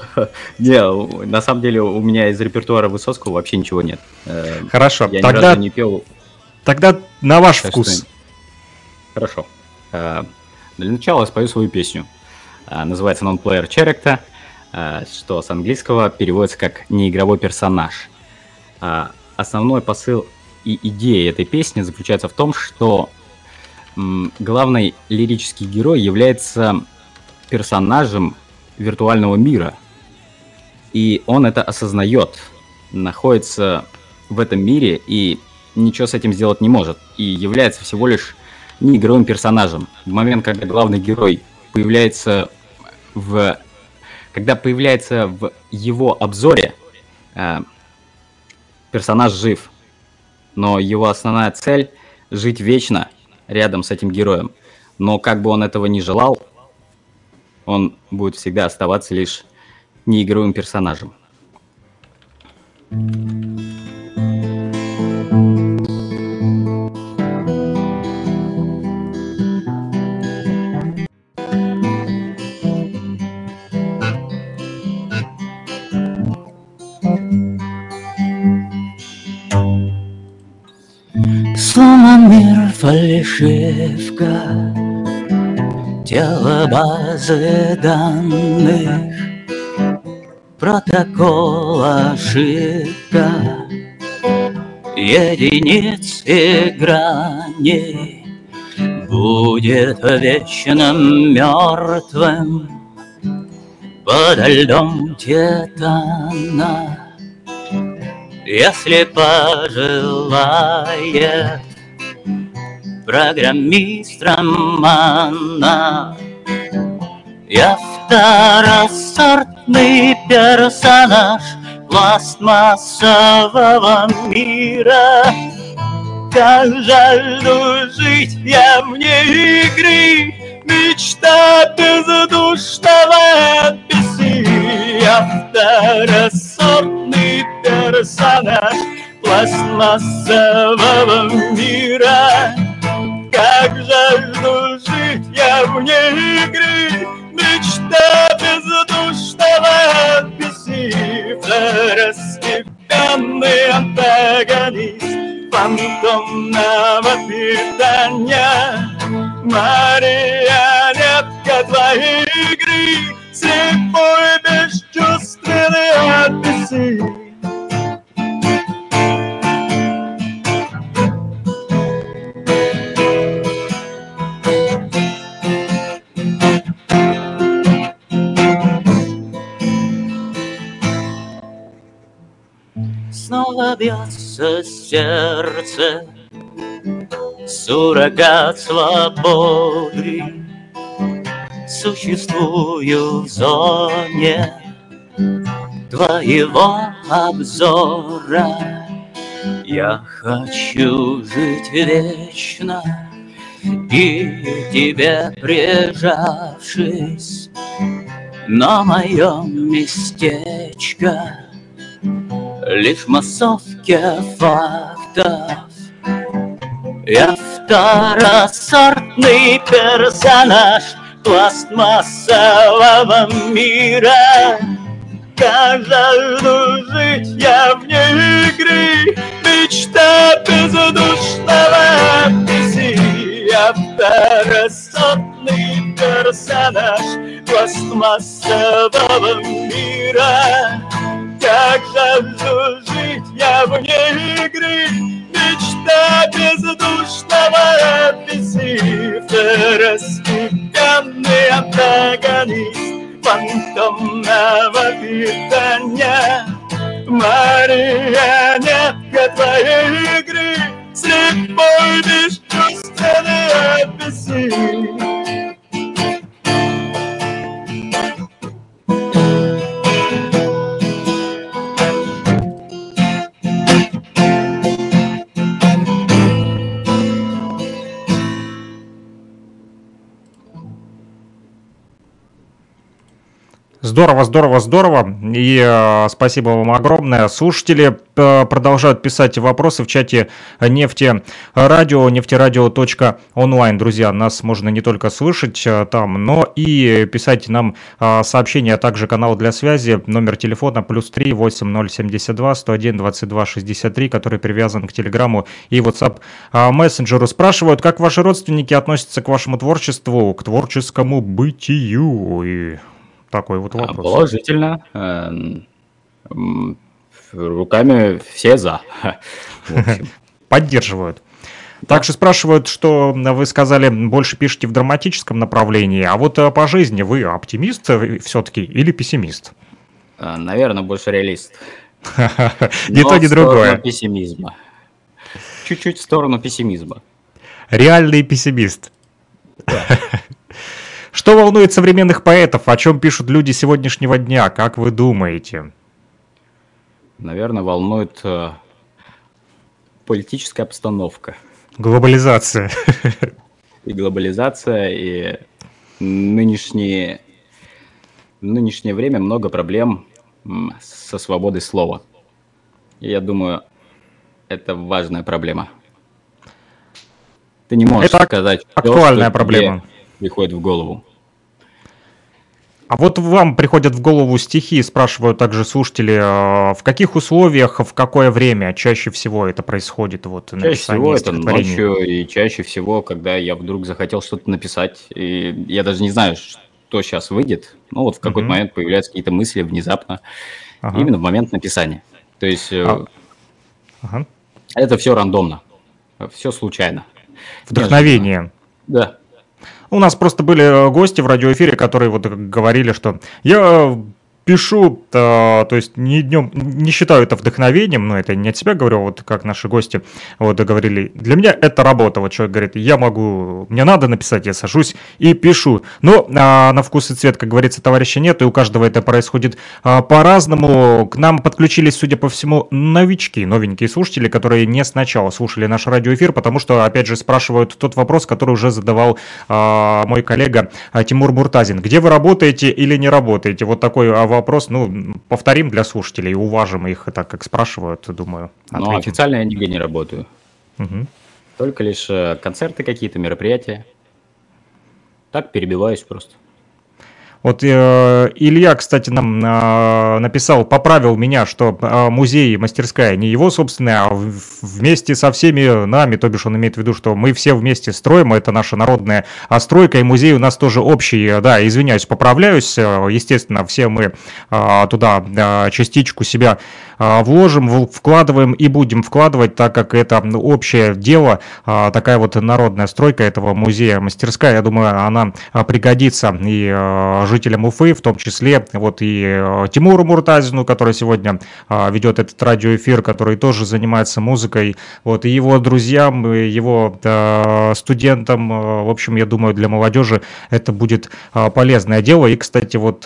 Не, на самом деле у меня из репертуара Высоцкого вообще ничего нет. Хорошо, я тогда, ни разу не пел. Тогда на ваш так вкус. Что... Хорошо. Для начала спою свою песню. Называется Non-Player Character, что с английского переводится как «неигровой персонаж». Основной посыл и идея этой песни заключается в том, что м, главный лирический герой является персонажем виртуального мира. И он это осознает, находится в этом мире и ничего с этим сделать не может. И является всего лишь неигровым персонажем. В момент, когда главный герой появляется в... Когда появляется в его обзоре, э, персонаж жив. Но его основная цель — жить вечно рядом с этим героем. Но как бы он этого ни желал, он будет всегда оставаться лишь неигровым персонажем. Словно мир фальшивка, тело базы данных, протокол ошибка, единиц и граней, будет вечно мертвым подо льдом Титана. Если пожелает программист романа, я второсортный персонаж пластмассового мира. Как жажду жить я вне игры, мечта бездушного песи. Я второсортный персонаж пластмассового мира. Как жажду жить я вне игры, фантомного питания. Марионетка твоей игры, слепой бесчувственный описи. Снова бьется сердце, суррогат свободы. Существую в зоне твоего обзора. Я хочу жить вечно и тебе прижавшись, на моем местечко лишь массовки фактов. Я второсортный персонаж пластмассового мира. Как жажду жить я вне игры, мечта бездушного пи си. Я второсортный персонаж пластмассового мира. Как жажду жить я вне игры, мечта бездушного пи си. Второстепенный антагонист фантомного питания. Марионетка твоей игры, слепой бесчувственный пи си. Здорово, здорово, здорово. И э, спасибо вам огромное. Слушатели э, продолжают писать вопросы в чате Нефти Радио, нефтерадио точка онлайн. Друзья, нас можно не только слышать э, там, но и писать нам э, сообщения, а также канал для связи. Номер телефона плюс три восемь ноль семьдесят два сто один двадцать два шестьдесят три, который привязан к Телеграмму и WhatsApp э, мессенджеру. Спрашивают, как ваши родственники относятся к вашему творчеству, к творческому бытию. И такой вот вопрос. Положительно. Руками все за. Поддерживают. Также спрашивают, что вы сказали, больше пишете в драматическом направлении, а вот по жизни вы оптимист все-таки или пессимист? Наверное, больше реалист. Ни то, ни другое. Пессимизма. Чуть-чуть в сторону пессимизма. Реальный пессимист. Что волнует современных поэтов? О чем пишут люди сегодняшнего дня? Как вы думаете? Наверное, волнует э, политическая обстановка. Глобализация. И глобализация, и нынешние, в нынешнее время много проблем со свободой слова. И я думаю, это важная проблема. Ты не можешь это сказать, актуальная что проблема. Приходит в голову. А вот вам приходят в голову стихи, спрашивают также слушатели, в каких условиях, в какое время чаще всего это происходит? Вот, чаще всего это ночью, и чаще всего, когда я вдруг захотел что-то написать, и я даже не знаю, что сейчас выйдет, ну вот в какой-то uh-huh. момент появляются какие-то мысли внезапно, uh-huh. именно в момент написания. То есть uh-huh. это все рандомно, все случайно. Вдохновение. Да. У нас просто были гости в радиоэфире, которые вот говорили, что я пишу, то, то есть не днем, не считаю это вдохновением, но это не от себя говорю, вот как наши гости вот говорили. Для меня это работа. Вот человек говорит, я могу, мне надо написать, я сажусь и пишу. Но а, на вкус и цвет, как говорится, товарища нет, и у каждого это происходит а, по-разному. К нам подключились, судя по всему, новички, новенькие слушатели, которые не сначала слушали наш радиоэфир, потому что, опять же, спрашивают тот вопрос, который уже задавал а, мой коллега а, Тимур Муртазин. Где вы работаете или не работаете? Вот такой вопрос. Вопрос, ну, повторим для слушателей, уважим их, так как спрашивают, думаю. Ну, официально я нигде не работаю. Угу. Только лишь концерты какие-то, мероприятия. Так перебиваюсь просто. Вот э, Илья, кстати, нам э, написал, поправил меня, что э, музей, мастерская не его собственная, а в- вместе со всеми нами, то бишь он имеет в виду, что мы все вместе строим, это наша народная а, стройка, и музей у нас тоже общий. Э, Да, извиняюсь, поправляюсь, э, естественно, все мы э, туда э, частичку себя э, вложим, в- вкладываем и будем вкладывать, так как это ну, общее дело, э, такая вот народная стройка этого музея, мастерская, я думаю, она э, пригодится и э, жителям Уфы, в том числе вот и э, Тимуру Муртазину, который сегодня э, ведет этот радиоэфир, который тоже занимается музыкой, вот, и его друзьям, и его э, студентам, э, в общем, я думаю, для молодежи это будет э, полезное дело. И, кстати, вот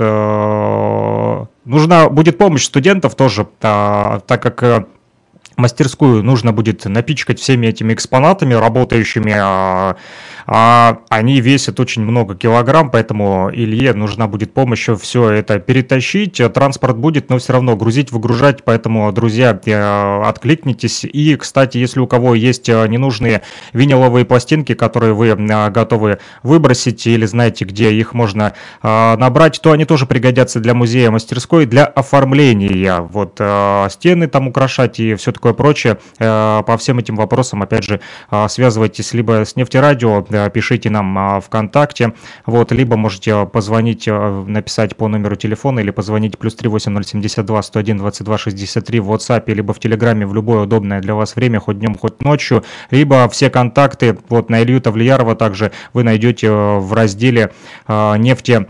э, нужна будет помощь студентов тоже, э, так как э, мастерскую нужно будет напичкать всеми этими экспонатами, работающими, а, а они весят очень много килограмм, поэтому Илье нужна будет помощь все это перетащить. Транспорт будет, но все равно грузить, выгружать, поэтому, друзья, э, откликнитесь. И, кстати, если у кого есть э, ненужные виниловые пластинки, которые вы э, готовы выбросить или знаете, где их можно э, набрать, то они тоже пригодятся для музея мастерской, для оформления. Вот э, стены там украшать и все такое прочее. Э, По всем этим вопросам, опять же, э, связывайтесь либо с нефтерадио, э, пишите нам э, ВКонтакте, вот, либо можете позвонить, э, написать по номеру телефона или позвонить плюс три восемь ноль семьдесят два сто один двадцать два шестьдесят три в WhatsApp, либо в Телеграме в любое удобное для вас время, хоть днем, хоть ночью, либо все контакты вот на Илью Тавлиярова также вы найдете э, в разделе э, «Нефти».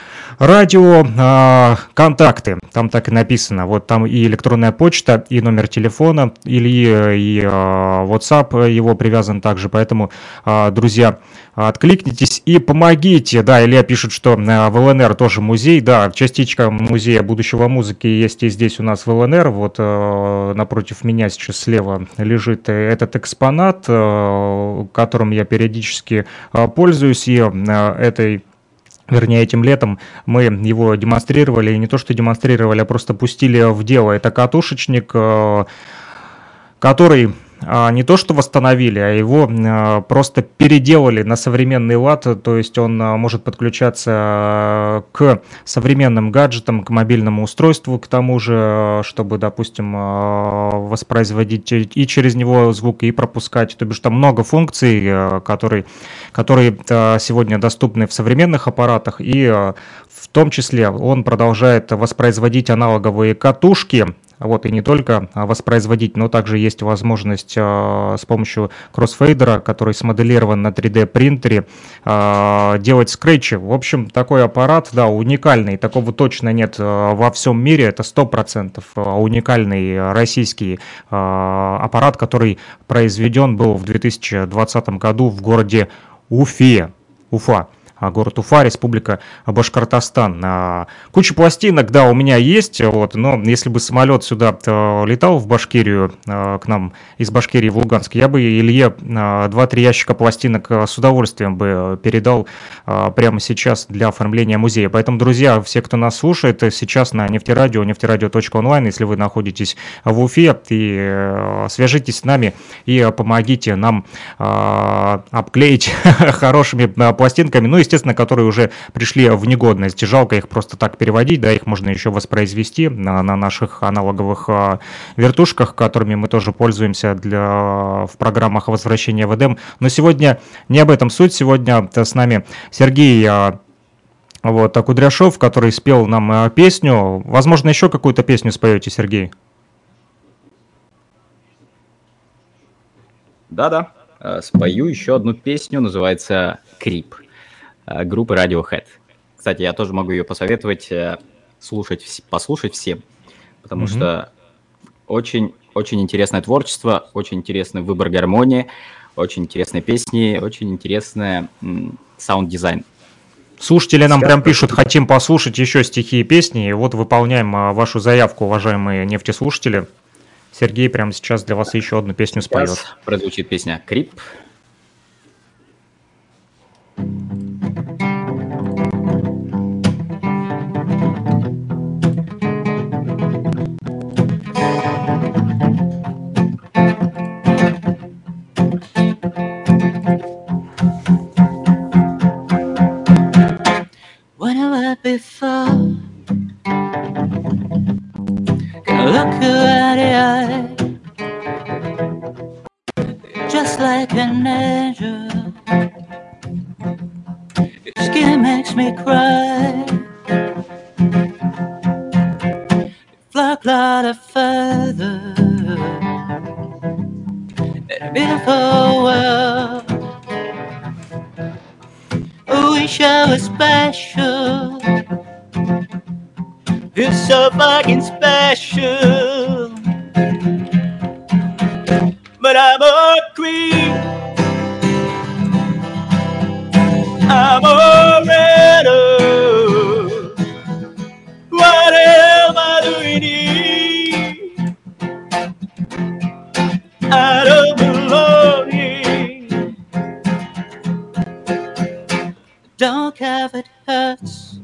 Радио, э, контакты, там так и написано, вот там и электронная почта, и номер телефона Ильи, и э, WhatsApp его привязан также, поэтому, э, друзья, откликнитесь и помогите. Да, Илья пишет, что э, в ЛНР тоже музей, да, частичка музея будущего музыки есть и здесь у нас в ЛНР, вот э, напротив меня сейчас слева лежит этот экспонат, э, которым я периодически э, пользуюсь, и э, этой Вернее, этим летом мы его демонстрировали, и не то что демонстрировали, а просто пустили в дело. Это катушечник, э, который а, не то что восстановили, а его а, просто переделали на современный лад, то есть он а, может подключаться а, к современным гаджетам, к мобильному устройству, к тому же, а, чтобы, допустим, а, воспроизводить и через него звук, и пропускать, то бишь там много функций, а, которые, которые а, сегодня доступны в современных аппаратах, и а, в том числе он продолжает воспроизводить аналоговые катушки. Вот, и не только воспроизводить, но также есть возможность э, с помощью кроссфейдера, который смоделирован на три дэ принтере, э, делать скретчи. В общем, такой аппарат, да, уникальный, такого точно нет э, во всем мире, это сто процентов уникальный российский э, аппарат, который произведен был в две тысячи двадцатом году в городе Уфе, Уфа. Город Уфа, Республика Башкортостан. А, Куча пластинок, да, у меня есть, вот, но если бы самолет сюда а, летал в Башкирию, а, к нам из Башкирии в Луганск, я бы Илье а, два-три ящика пластинок а, с удовольствием бы передал а, прямо сейчас для оформления музея. Поэтому, друзья, все, кто нас слушает, сейчас на нефтерадио, нефтерадио точка онлайн, если вы находитесь в Уфе, и а, свяжитесь с нами и а, помогите нам а, обклеить хорошими а, пластинками, ну, естественно, которые уже пришли в негодность. Жалко их просто так переводить, да, их можно еще воспроизвести на, на наших аналоговых а, вертушках, которыми мы тоже пользуемся для, в программах возвращения в Эдем. Но сегодня не об этом суть. Сегодня с нами Сергей а, вот, Кудряшов, который спел нам а, песню. Возможно, еще какую-то песню споете, Сергей? Да-да, э, спою еще одну песню, называется «Крип», э, группы Radiohead. Кстати, я тоже могу ее посоветовать э, слушать, вс- послушать всем, потому Мгм. что очень, очень интересное творчество, очень интересный выбор гармонии, очень интересные песни, очень интересный м, саунд-дизайн. Слушатели нам Сейчас прям пишут, прошу. хотим послушать еще стихи и песни. И вот выполняем а, вашу заявку, уважаемые нефтеслушатели. Сергей прямо сейчас для вас еще одну песню споет. Сейчас прозвучит песня «Крип». When never before. Can look you at the eye, just like an angel. Your skin makes me cry. Flock like a feather in a beautiful world. We show is special. You're so fucking special. But I'm a creep. I'm a riddle. What am I doing here? I don't belong here. Don't care if it hurts.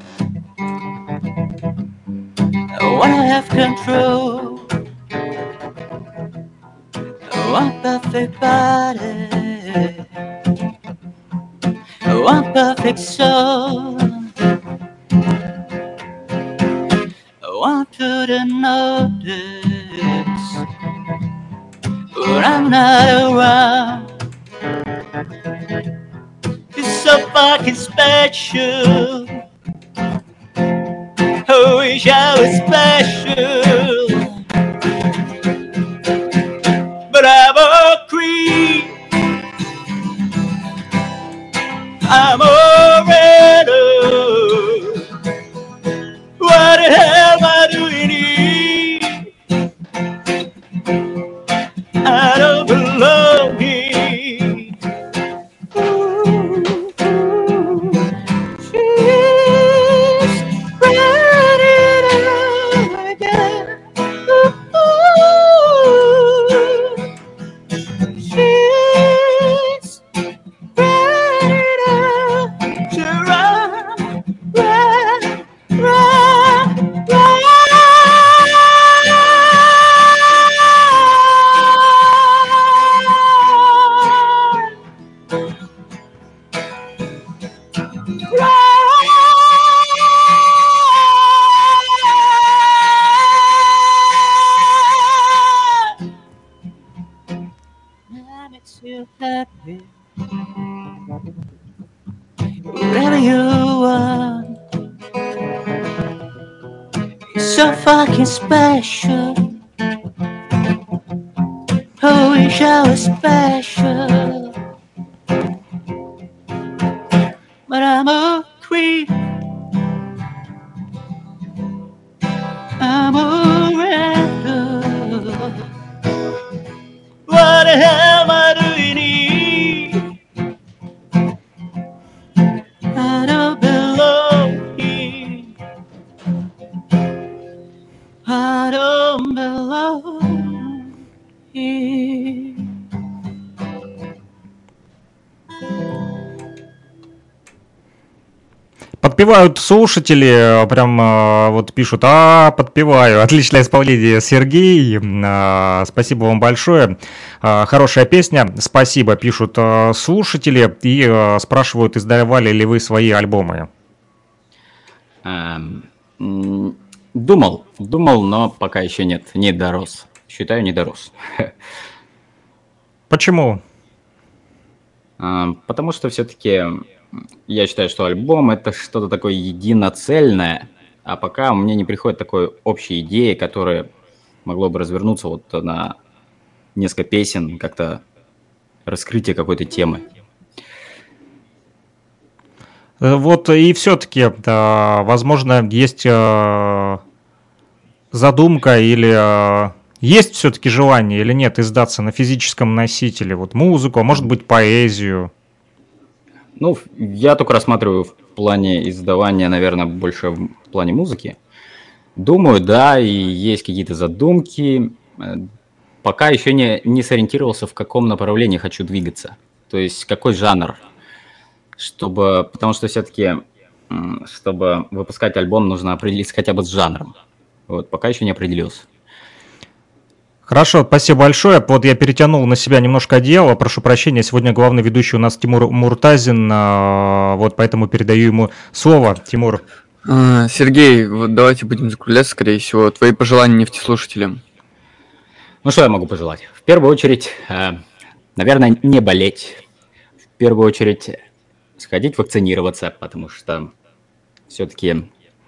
I wanna have control. One perfect body, one perfect soul. I want you to notice when I'm not around. You're so fucking special. I wish I was special. But I'm a creep. I'm a riddle. What the hell am I doing here? I don't belong here. Ooh, ooh. She's ready again. Ooh, ooh. She's ready to run, run, run, run. That makes you happy. Whatever you want. You're so fucking special. I wish I was special. But I'm a creep. I'm a rebel. What the hell am I doing here? I don't belong here. I don't belong here. Подпевают слушатели, прям э, вот пишут, а, подпеваю. Отличное исполнение, Сергей. Э, спасибо вам большое. Э, хорошая песня. Спасибо, пишут э, слушатели и э, спрашивают, издавали ли вы свои альбомы. Эм, м, думал, думал, но пока еще нет, не дорос. Считаю, не дорос. Почему? Эм, Потому что все-таки я считаю, что альбом это что-то такое единоцельное, а пока мне не приходит такой общей идеи, которая могло бы развернуться вот на несколько песен, как-то раскрытие какой-то темы. Вот и все-таки, э, возможно, есть э, задумка или э, есть все-таки желание или нет издаться на физическом носителе, вот музыку, а может быть поэзию. Ну, я только рассматриваю в плане издавания, наверное, больше в плане музыки. Думаю, да, и есть какие-то задумки. Э, Пока еще не, не сориентировался, в каком направлении хочу двигаться. То есть, какой жанр. Чтобы, потому что все-таки, м, чтобы выпускать альбом, нужно определиться хотя бы с жанром. Вот, пока еще не определился. Хорошо, спасибо большое. Вот я перетянул на себя немножко одеяло. Прошу прощения, сегодня главный ведущий у нас Тимур Муртазин. а, Вот поэтому передаю ему слово. Тимур. А, Сергей, вот давайте будем закругляться, скорее всего. Твои пожелания нефтеслушателям. Ну, что я могу пожелать? В первую очередь, э, наверное, не болеть. В первую очередь, сходить вакцинироваться, потому что все-таки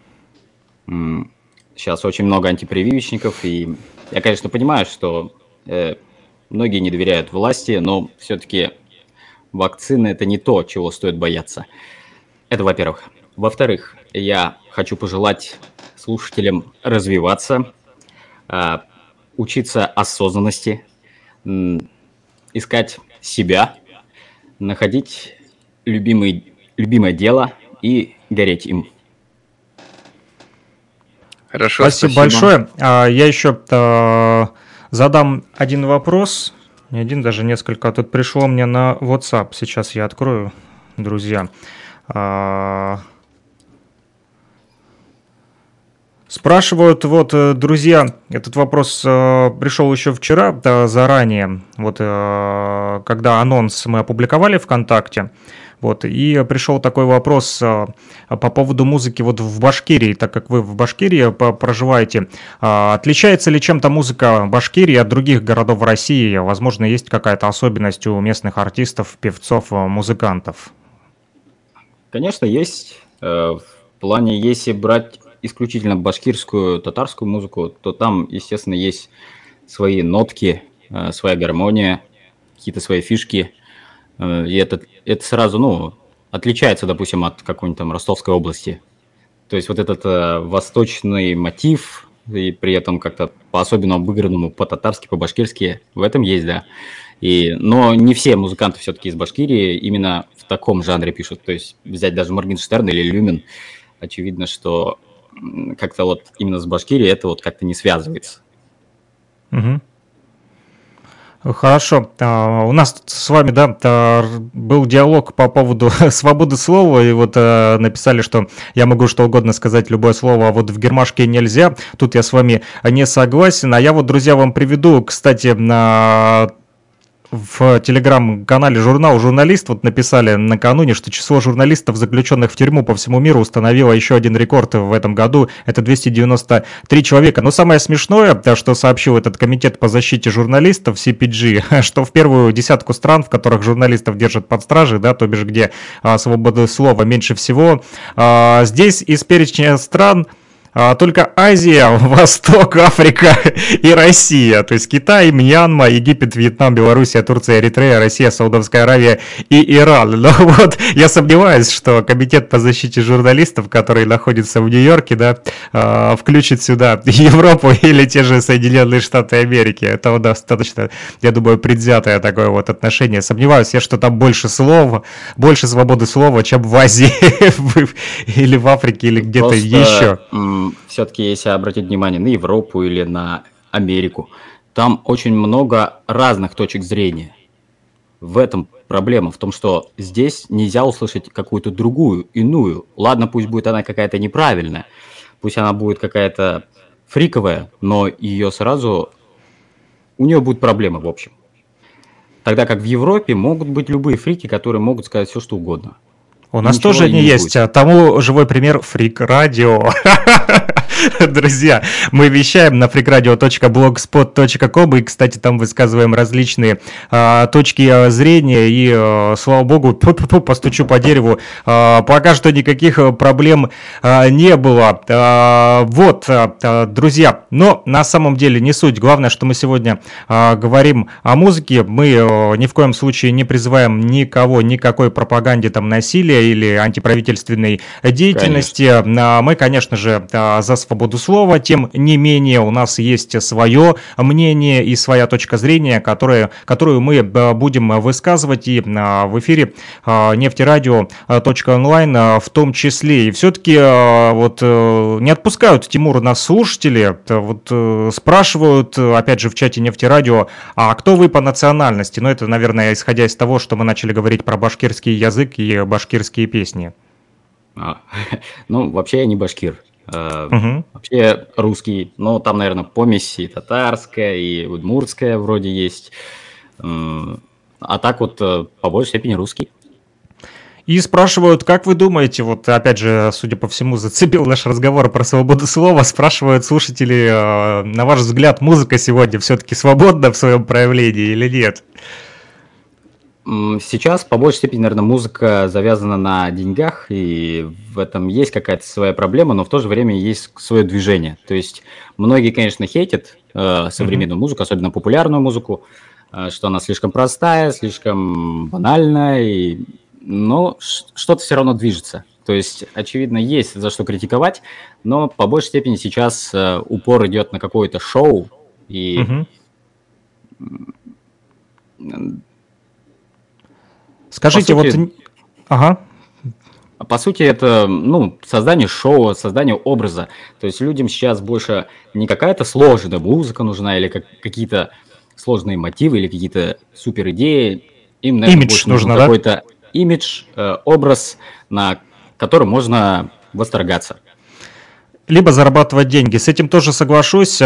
сейчас очень много антипрививочников, и я, конечно, понимаю, что э, многие не доверяют власти, но все-таки вакцины – это не то, чего стоит бояться. Это, во-первых. Во-вторых, я хочу пожелать слушателям развиваться, э, учиться осознанности, м, искать себя, находить любимый, любимое дело и гореть им. Хорошо, спасибо, спасибо большое. А, я еще а, задам один вопрос, не один, даже несколько. Тут пришло мне на WhatsApp. Сейчас я открою, друзья. А, спрашивают, вот, друзья, этот вопрос э, пришел еще вчера, да, заранее, вот, э, когда анонс мы опубликовали ВКонтакте, вот, и пришел такой вопрос э, по поводу музыки вот в Башкирии, так как вы в Башкирии проживаете, э, отличается ли чем-то музыка Башкирии от других городов России? Возможно, есть какая-то особенность у местных артистов, певцов, музыкантов? Конечно, есть. Э, в плане, если брать исключительно башкирскую, татарскую музыку, то там, естественно, есть свои нотки, э, своя гармония, какие-то свои фишки. Э, и это, это сразу, ну, отличается, допустим, от какой-нибудь там Ростовской области. То есть вот этот э, восточный мотив, и при этом как-то по-особенному обыгранному по-татарски, по-башкирски, в этом есть, да. И, но не все музыканты все-таки из Башкирии именно в таком жанре пишут. То есть взять даже Моргенштерн или Люмен, очевидно, что как-то вот именно с Башкирией это вот как-то не связывается. Угу. Хорошо. А, у нас с вами, да, был диалог по поводу свободы слова, и вот а, написали, что я могу что угодно сказать, любое слово, а вот в гермашке нельзя. Тут я с вами не согласен. А я вот, друзья, вам приведу, кстати, на... В телеграм-канале «Журнал Журналист» вот написали накануне, что число журналистов, заключенных в тюрьму по всему миру, установило еще один рекорд в этом году. Это двести девяносто три человека. Но самое смешное, что сообщил этот комитет по защите журналистов си пи джи, что в первую десятку стран, в которых журналистов держат под стражей, да, то бишь где а, свободы слова меньше всего, а, здесь из перечня стран А, только Азия, Восток, Африка и Россия. То есть Китай, Мьянма, Египет, Вьетнам, Белоруссия, Турция, Эритрея, Россия, Саудовская Аравия и Иран. Но вот я сомневаюсь, что комитет по защите журналистов, который находится в Нью-Йорке, да, а, включит сюда Европу или те же Соединенные Штаты Америки. Это достаточно, я думаю, предвзятое такое вот отношение. Сомневаюсь я, что там больше слова, больше свободы слова, чем в Азии или в Африке, или где-то еще. Все-таки, если обратить внимание на Европу или на Америку, там очень много разных точек зрения. В этом проблема, в том, что здесь нельзя услышать какую-то другую, иную. Ладно, пусть будет она какая-то неправильная, пусть она будет какая-то фриковая, но ее сразу... У нее будут проблемы, в общем. Тогда как в Европе могут быть любые фрики, которые могут сказать все, что угодно. У нас Ничего тоже не есть. Будет. Тому живой пример Фрик Радио. Друзья, мы вещаем на фрик радио точка блогспот точка ком, и, кстати, там высказываем различные а, точки а, зрения, и, а, слава богу, постучу по дереву, а, пока что никаких проблем а, не было. А, вот, а, друзья, но на самом деле не суть. Главное, что мы сегодня а, говорим о музыке. Мы а, ни в коем случае не призываем никого, никакой пропаганде, там, насилия или антиправительственной деятельности. Конечно. Мы, конечно же, за свободу слова, тем не менее у нас есть свое мнение и своя точка зрения, которая, которую мы будем высказывать и в эфире нефтерадио точка онлайн в том числе. И все-таки вот не отпускают, Тимур, нас слушатели, вот спрашивают, опять же, в чате нефтерадио, а кто вы по национальности? Ну, это, наверное, исходя из того, что мы начали говорить про башкирский язык и башкирские песни. А, ну, вообще я не башкир. Угу. Вообще русский, но там, наверное, помесь и татарская, и удмуртская вроде есть. А так вот по большей степени русский. И спрашивают, как вы думаете, вот опять же, судя по всему, зацепил наш разговор про свободу слова, спрашивают слушатели, э, на ваш взгляд, музыка сегодня все-таки свободна в своем проявлении или нет? Сейчас, по большей степени, наверное, музыка завязана на деньгах, и в этом есть какая-то своя проблема, но в то же время есть свое движение. То есть многие, конечно, хейтят э, современную mm-hmm. музыку, особенно популярную музыку, э, что она слишком простая, слишком банальная, и... но что-то все равно движется. То есть, очевидно, есть за что критиковать, но по большей степени сейчас э, упор идет на какое-то шоу, и... Mm-hmm. Скажите, сути, вот... Ага. По сути, это ну, создание шоу, создание образа. То есть людям сейчас больше не какая-то сложная музыка нужна, или как, какие-то сложные мотивы, или какие-то супер идеи. Им, наверное, имидж нужен да? какой-то имидж, э, образ, на котором можно восторгаться. Либо зарабатывать деньги. С этим тоже соглашусь.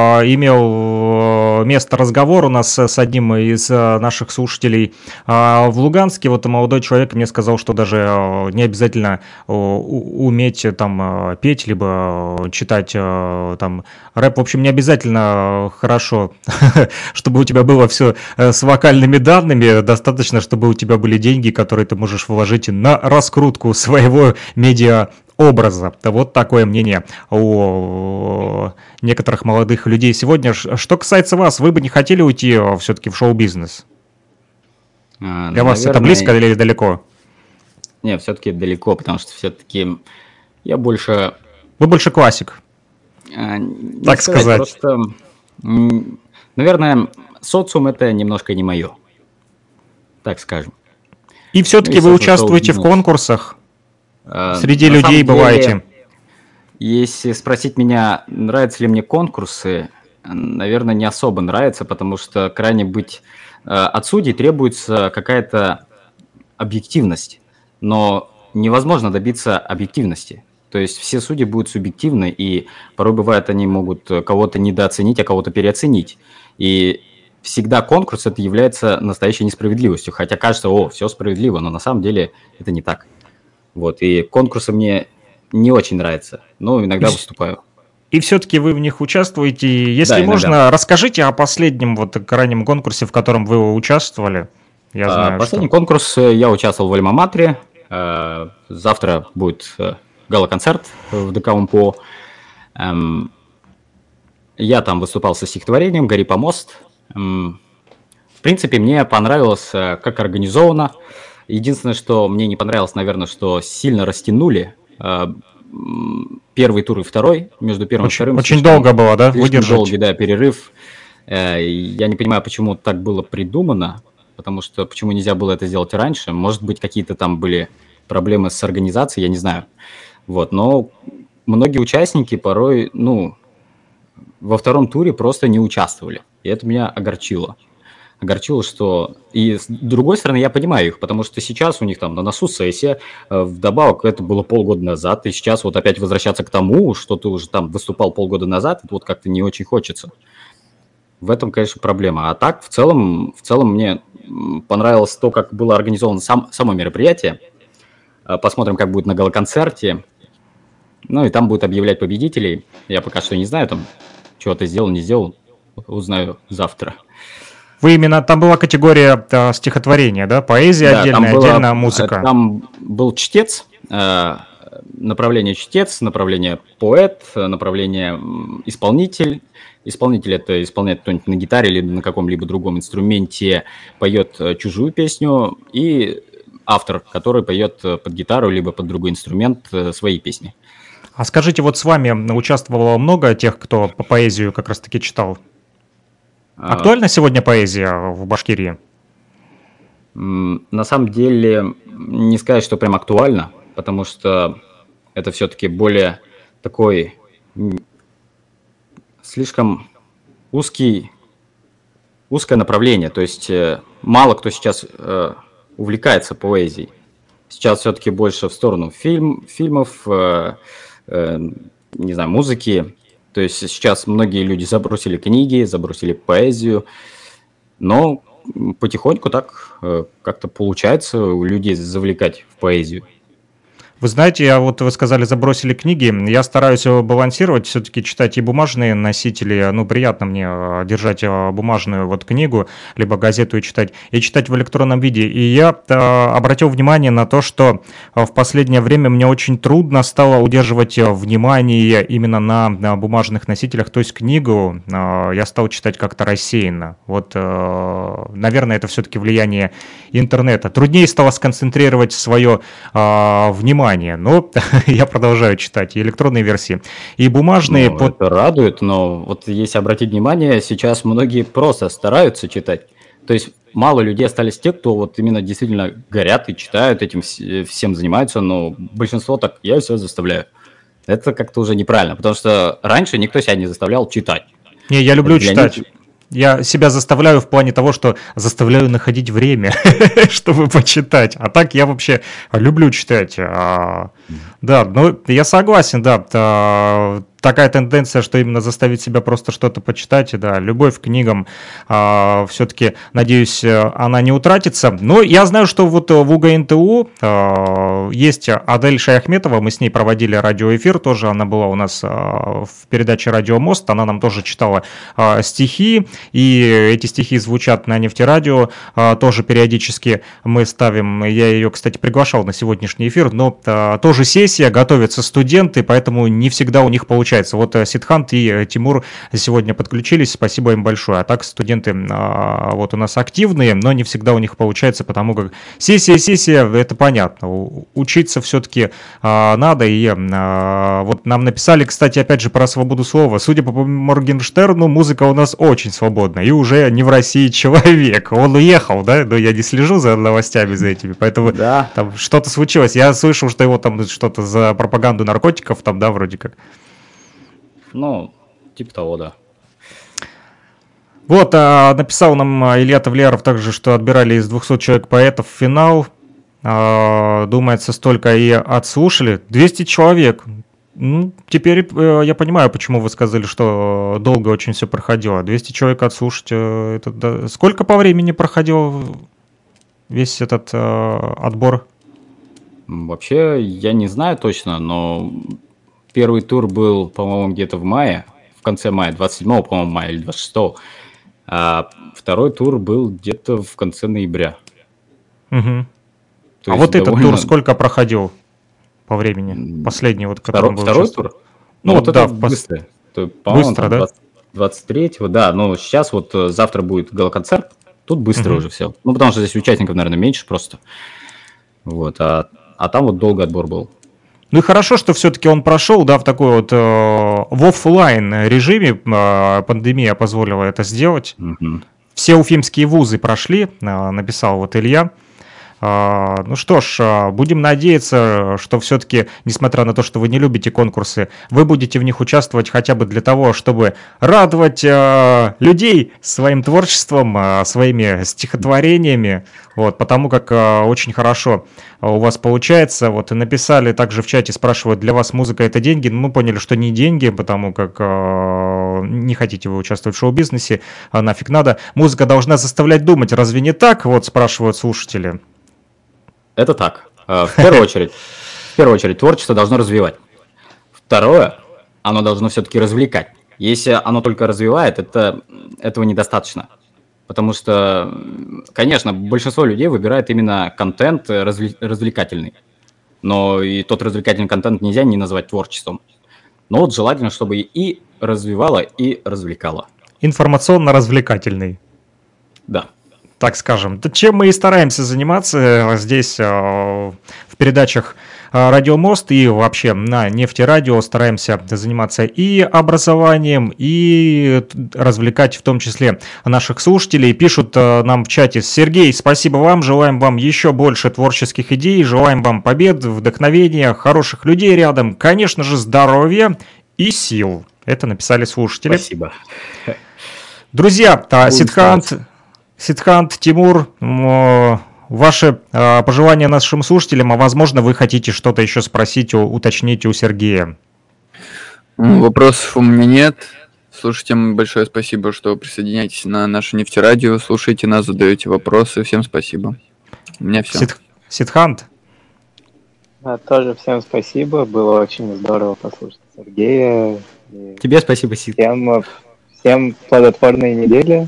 Имел место разговор у нас с одним из наших слушателей в Луганске. Вот молодой человек мне сказал, что даже не обязательно уметь там петь, либо читать там рэп. В общем, не обязательно хорошо, чтобы у тебя было все с вокальными данными. Достаточно, чтобы у тебя были деньги, которые ты можешь вложить на раскрутку своего медиа образа. Вот такое мнение у некоторых молодых людей сегодня. Что касается вас, вы бы не хотели уйти все-таки в шоу-бизнес? А, Для наверное, вас это близко или далеко? Не, все-таки далеко, потому что все-таки я больше... Вы больше классик, а, так сказать. Просто, наверное, социум это немножко не мое, так скажем. И все-таки ну, вы участвуете в конкурсах? Среди На людей бываете. Деле, если спросить меня, нравятся ли мне конкурсы, наверное, не особо нравится, потому что крайне быть от судей требуется какая-то объективность, но невозможно добиться объективности. То есть все судьи будут субъективны, и порой бывает, они могут кого-то недооценить, а кого-то переоценить. И всегда конкурс это является настоящей несправедливостью, хотя кажется, о, все справедливо, но на самом деле это не так. Вот, и конкурсы мне не очень нравятся, но иногда и, выступаю. И все-таки вы в них участвуете. Если да, можно, иногда. Расскажите о последнем вот крайнем конкурсе, в котором вы участвовали. Я а, знаю, последний что... конкурс я участвовал в Альма-Матре. Завтра будет гала-концерт в ДК УМПО. Я там выступал со стихотворением «Гори помост». В принципе, мне понравилось, как организовано. Единственное, что мне не понравилось, наверное, что сильно растянули э, первый тур и второй, между первым очень, и вторым. Очень долго было, да, выдержать? Долгий, да, перерыв. Э, я не понимаю, почему так было придумано, потому что почему нельзя было это сделать раньше. Может быть, какие-то там были проблемы с организацией, я не знаю. Вот, но многие участники порой, ну, во втором туре просто не участвовали, и это меня огорчило. Огорчило, что... И с другой стороны, я понимаю их, потому что сейчас у них там на носу сессия, вдобавок это было полгода назад, и сейчас вот опять возвращаться к тому, что ты уже там выступал полгода назад, это вот как-то не очень хочется. В этом, конечно, проблема. А так, в целом, в целом мне понравилось то, как было организовано сам, само мероприятие. Посмотрим, как будет на гала-концерте. Ну, и там будут объявлять победителей. Я пока что не знаю, там, чего ты сделал, не сделал, узнаю завтра. Вы именно, там была категория э, стихотворения, да? Поэзия да, отдельная, было, отдельно музыка. Там был чтец, э, направление чтец, направление поэт, направление исполнитель. Исполнитель это исполняет кто-нибудь на гитаре или на каком-либо другом инструменте, поет чужую песню, и автор, который поет под гитару либо под другой инструмент свои песни. А скажите, вот с вами участвовало много тех, кто по поэзию как раз-таки читал? Актуальна сегодня поэзия в Башкирии? На самом деле, не сказать, что прям актуально, потому что это все-таки более такой слишком узкий, узкое направление. То есть мало кто сейчас э, увлекается поэзией. Сейчас все-таки больше в сторону фильм, фильмов, э, э, не знаю, музыки. То есть сейчас многие люди забросили книги, забросили поэзию, но м, потихоньку так э, как-то получается у людей завлекать в поэзию. Вы знаете, я вот вы сказали, забросили книги. Я стараюсь э, балансировать, все-таки читать и бумажные носители. Ну, приятно мне э, держать э, бумажную вот книгу, либо газету и читать, и читать в электронном виде. И я э, обратил внимание на то, что э, в последнее время мне очень трудно стало удерживать э, внимание именно на, на бумажных носителях. То есть книгу э, я стал читать как-то рассеянно. Вот, э, наверное, это все-таки влияние интернета. Труднее стало сконцентрировать свое э, внимание. Но я продолжаю читать и электронные версии, и бумажные. Ну, Под... это радует, но вот если обратить внимание, сейчас многие просто стараются читать. То есть мало людей остались те, кто вот именно действительно горят и читают, этим вс- всем занимаются, но большинство так, я все заставляю. Это как-то уже неправильно, потому что раньше никто себя не заставлял читать. Не, я люблю Для читать. них- Я себя заставляю в плане того, что заставляю находить время, чтобы почитать. А так я вообще люблю читать. А, Да, ну я согласен, да. та- Такая тенденция, что именно заставить себя просто что-то почитать, и да, любовь к книгам все-таки, надеюсь, э, она не утратится. Но я знаю, что вот в УГНТУ э, есть Адель Шаяхметова, мы с ней проводили радиоэфир, тоже она была у нас э, в передаче «Радио Мост», она нам тоже читала э, стихи, и эти стихи звучат на Нефтерадио, э, тоже периодически мы ставим, я ее, кстати, приглашал на сегодняшний эфир, но э, тоже сессия, готовятся студенты, поэтому не всегда у них получается. Вот э, Сидхант и э, Тимур сегодня подключились, спасибо им большое. А так студенты э, вот у нас активные, но не всегда у них получается, потому как сессия, сессия, это понятно. У- Учиться все-таки надо, и э, вот нам написали, кстати, опять же про свободу слова. Судя по Моргенштерну, музыка у нас очень свободна, и уже не в России человек. Он уехал, да, но я не слежу за новостями за этими, поэтому Да. там что-то случилось. Я слышал, что его там что-то за пропаганду наркотиков там, да, вроде как. Ну, типа того, да. Вот, а, написал нам а, Илья Тавлияров также, что отбирали из двухсот человек поэтов в финал. А, думается, столько и отслушали. двести человек. Ну, теперь э, я понимаю, почему вы сказали, что долго очень все проходило. двести человек отслушать. э, это, да. Сколько по времени проходил весь этот э, отбор? М, Вообще, я не знаю точно, но первый тур был, по-моему, где-то в мае, в конце мая, двадцать седьмого, по-моему, мая или двадцать шестого. А второй тур был где-то в конце ноября. Мгм. То А есть вот этот довольно- тур сколько проходил по времени? М, Последний, вот, который Второй, был второй участвовал. тур? Ну, Ну, вот, вот да, это в пос- быстро. То, по-моему, Быстро, там да? двадцать двадцать третьего, да. Но сейчас вот э, завтра будет галоконцерт. Тут быстро Мгм. уже все. Ну, потому что здесь участников, наверное, меньше просто. Вот. А, а там вот долгий отбор был. Ну и хорошо, что все-таки он прошел, да, в такой вот э, в оффлайн режиме. э, Пандемия позволила это сделать. Мгм. Все уфимские вузы прошли, э, написал вот Илья. А, Ну что ж, а, будем надеяться, что все-таки, несмотря на то, что вы не любите конкурсы, вы будете в них участвовать хотя бы для того, чтобы радовать а, людей своим творчеством, а, своими стихотворениями, вот, потому как а, очень хорошо а, у вас получается. Вот, и написали также в чате, спрашивают, для вас музыка это деньги? Ну, мы поняли, что не деньги, потому как а, не хотите вы участвовать в шоу-бизнесе, а нафиг надо. Музыка должна заставлять думать, разве не так? Вот спрашивают слушатели. Это так. Э, В первую очередь, в первую очередь, творчество должно развивать. Второе, оно должно все-таки развлекать. Если оно только развивает, это, этого недостаточно. Потому что, м, конечно, большинство людей выбирает именно контент э, разве- развлекательный. Но и тот развлекательный контент нельзя не назвать творчеством. Но вот желательно, чтобы и развивало, и развлекало. Информационно-развлекательный, Да. так скажем. Да, чем мы и стараемся заниматься э, здесь э, в передачах э, «Радио Мост» и вообще на Нефтерадио стараемся заниматься и образованием, и т- развлекать в том числе наших слушателей. Пишут э, нам в чате: Сергей, спасибо вам, желаем вам еще больше творческих идей, желаем вам побед, вдохновения, хороших людей рядом, конечно же, здоровья и сил. Это написали слушатели. Спасибо. Друзья, а, Будем Сидхант, Сидхант, Тимур, м, ваши а, пожелания нашим слушателям, а возможно, вы хотите что-то еще спросить, у- уточнить у Сергея. М, Вопросов у меня нет. Слушайте, большое спасибо, что присоединяетесь на наше нефтерадио, слушайте нас, задаете вопросы. Всем спасибо. У меня все. Сид... Сидхант? Да, тоже всем спасибо. Было очень здорово послушать Сергея. И Тебе спасибо, Сид. всем, всем плодотворной недели.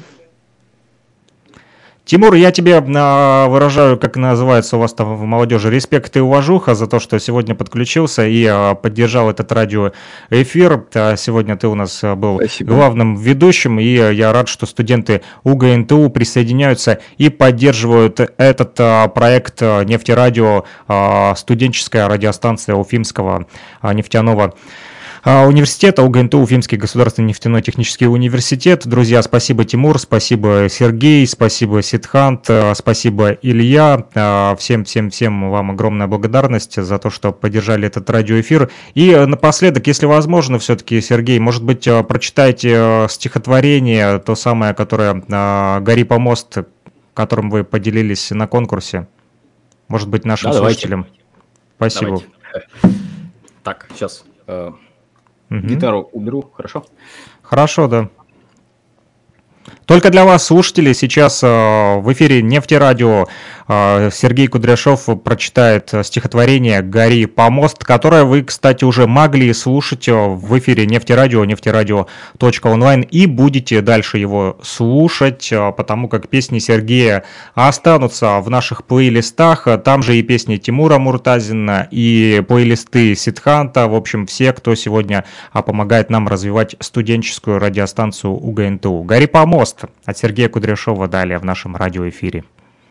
Тимур, я тебе а, выражаю, как называется у вас там в молодежи, респект и уважуха за то, что сегодня подключился и а, поддержал этот радиоэфир. А, сегодня ты у нас а, был Спасибо. главным ведущим, и а, я рад, что студенты УГНТУ присоединяются и поддерживают этот а, проект а, «Нефтерадио», а, студенческая радиостанция Уфимского а, нефтяного университета, УГНТУ, Уфимский государственный нефтяной технический университет. Друзья, спасибо, Тимур, спасибо, Сергей, спасибо, Сидхант, спасибо, Илья. Всем-всем-всем вам огромная благодарность за то, что поддержали этот радиоэфир. И напоследок, если возможно, все-таки, Сергей, может быть, прочитайте стихотворение, то самое, которое «Гори помост», которым вы поделились на конкурсе. Может быть, нашим Да, слушателям. Спасибо. Давайте. Так, сейчас... Угу. Гитару уберу, хорошо? Хорошо, да. Только для вас, слушатели, сейчас э, в эфире Нефтерадио э, Сергей Кудряшов прочитает стихотворение «Гори помост», которое вы, кстати, уже могли слушать в эфире Нефтерадио, нефтерадио точка онлайн, и будете дальше его слушать, э, потому как песни Сергея останутся в наших плейлистах. Там же и песни Тимура Муртазина, и плейлисты Сидханта. В общем, все, кто сегодня а, помогает нам развивать студенческую радиостанцию УГНТУ. «Гори помост» от Сергея Кудряшова далее в нашем радиоэфире.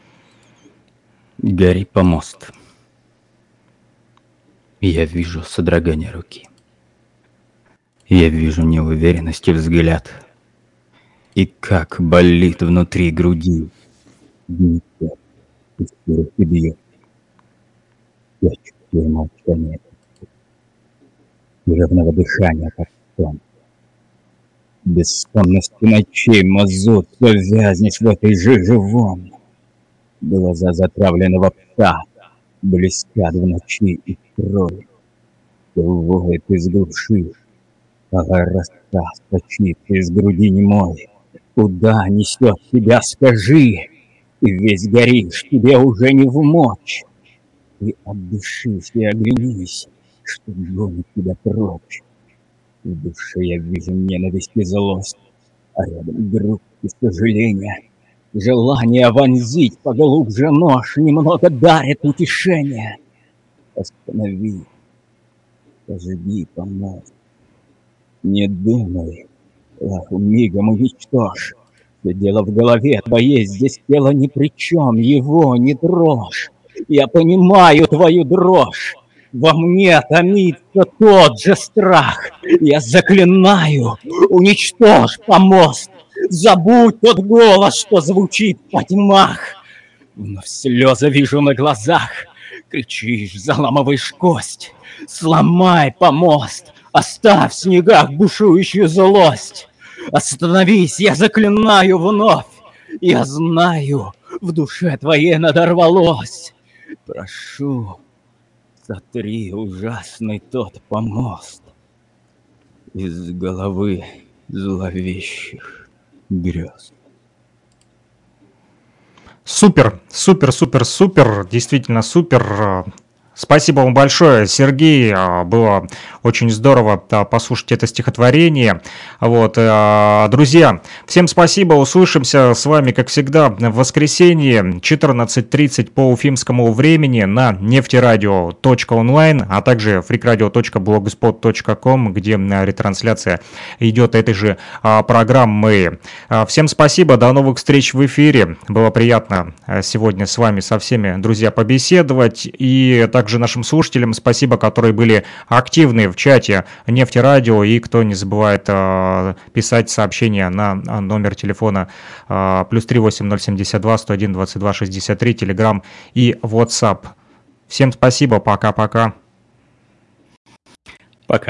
Гори помост. Я вижу содрогание руки. Я вижу неуверенность и взгляд. И как болит внутри груди. Бьет, и бьет. Я чувствую молчание. Жирного дыхания, как сон. Бессонности ночей мазут, все вязнешь в этой жиже вон. Глаза затравленного пса блестят в ночи и крови. Воет из глуши, ага, роса сточит из груди немой. Куда несет тебя, скажи, и весь горишь, тебе уже не вмочь. И отдышись, и оглянись, что гонит тебя прочь. В душе я вижу ненависть и злость, а рядом грусть и сожаление. Желание вонзить поглубже нож немного дарит утешение. Останови, пожги помост. Не думай, лаху мигом уничтожь. Все дело в голове твоей, здесь тело ни при чем, его не дрожь. Я понимаю твою дрожь. Во мне томится тот же страх. Я заклинаю, уничтожь помост. Забудь тот голос, что звучит во тьмах. Вновь слезы вижу на глазах. Кричишь, заламываешь кость. Сломай помост. Оставь в снегах бушующую злость. Остановись, я заклинаю вновь. Я знаю, в душе твоей надорвалось. Прошу, сотри ужасный тот помост из головы зловещих грез. Супер, супер, супер, супер, действительно супер. Спасибо вам большое, Сергей. Было очень здорово послушать это стихотворение. Вот, друзья, всем спасибо. Услышимся с вами, как всегда, в воскресенье четырнадцать тридцать по уфимскому времени на нефтерадио точка онлайн, а также фрикрадио точка блогспот точка ком, где ретрансляция идет этой же программы. Всем спасибо, до новых встреч в эфире. Было приятно сегодня с вами со всеми, друзья, побеседовать. И также нашим слушателям спасибо, которые были активны в чате Нефтерадио, и кто не забывает э, писать сообщения на номер телефона э, плюс три восемь ноль семьдесят два сто один двадцать два шестьдесят три, Telegram и WhatsApp. Всем спасибо, пока-пока. Пока.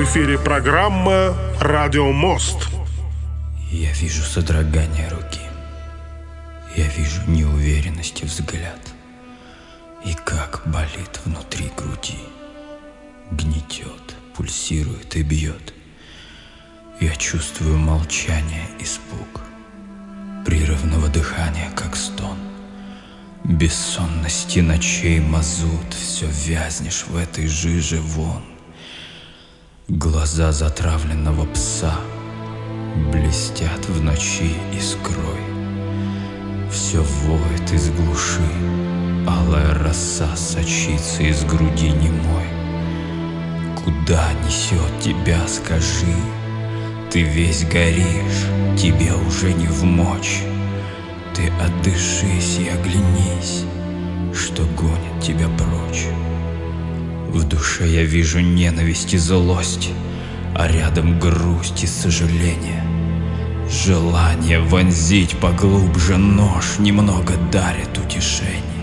эфире программа «Радио Мост». Я вижу содрогание руки, я вижу неуверенность взгляд, и как болит внутри груди, гнетет, пульсирует и бьет. Я чувствую молчание, испуг, прерывного дыхания, как стон. Бессонности ночей мазут, все вязнешь в этой жиже вон. Глаза затравленного пса блестят в ночи искрой. Все воет из глуши, алая роса сочится из груди немой. Куда несет тебя, скажи? Ты весь горишь, тебе уже не вмочь. Ты отдышись и оглянись, что гонит тебя прочь. В душе я вижу ненависть и злость, а рядом грусть и сожаление. Желание вонзить поглубже нож немного дарит утешение.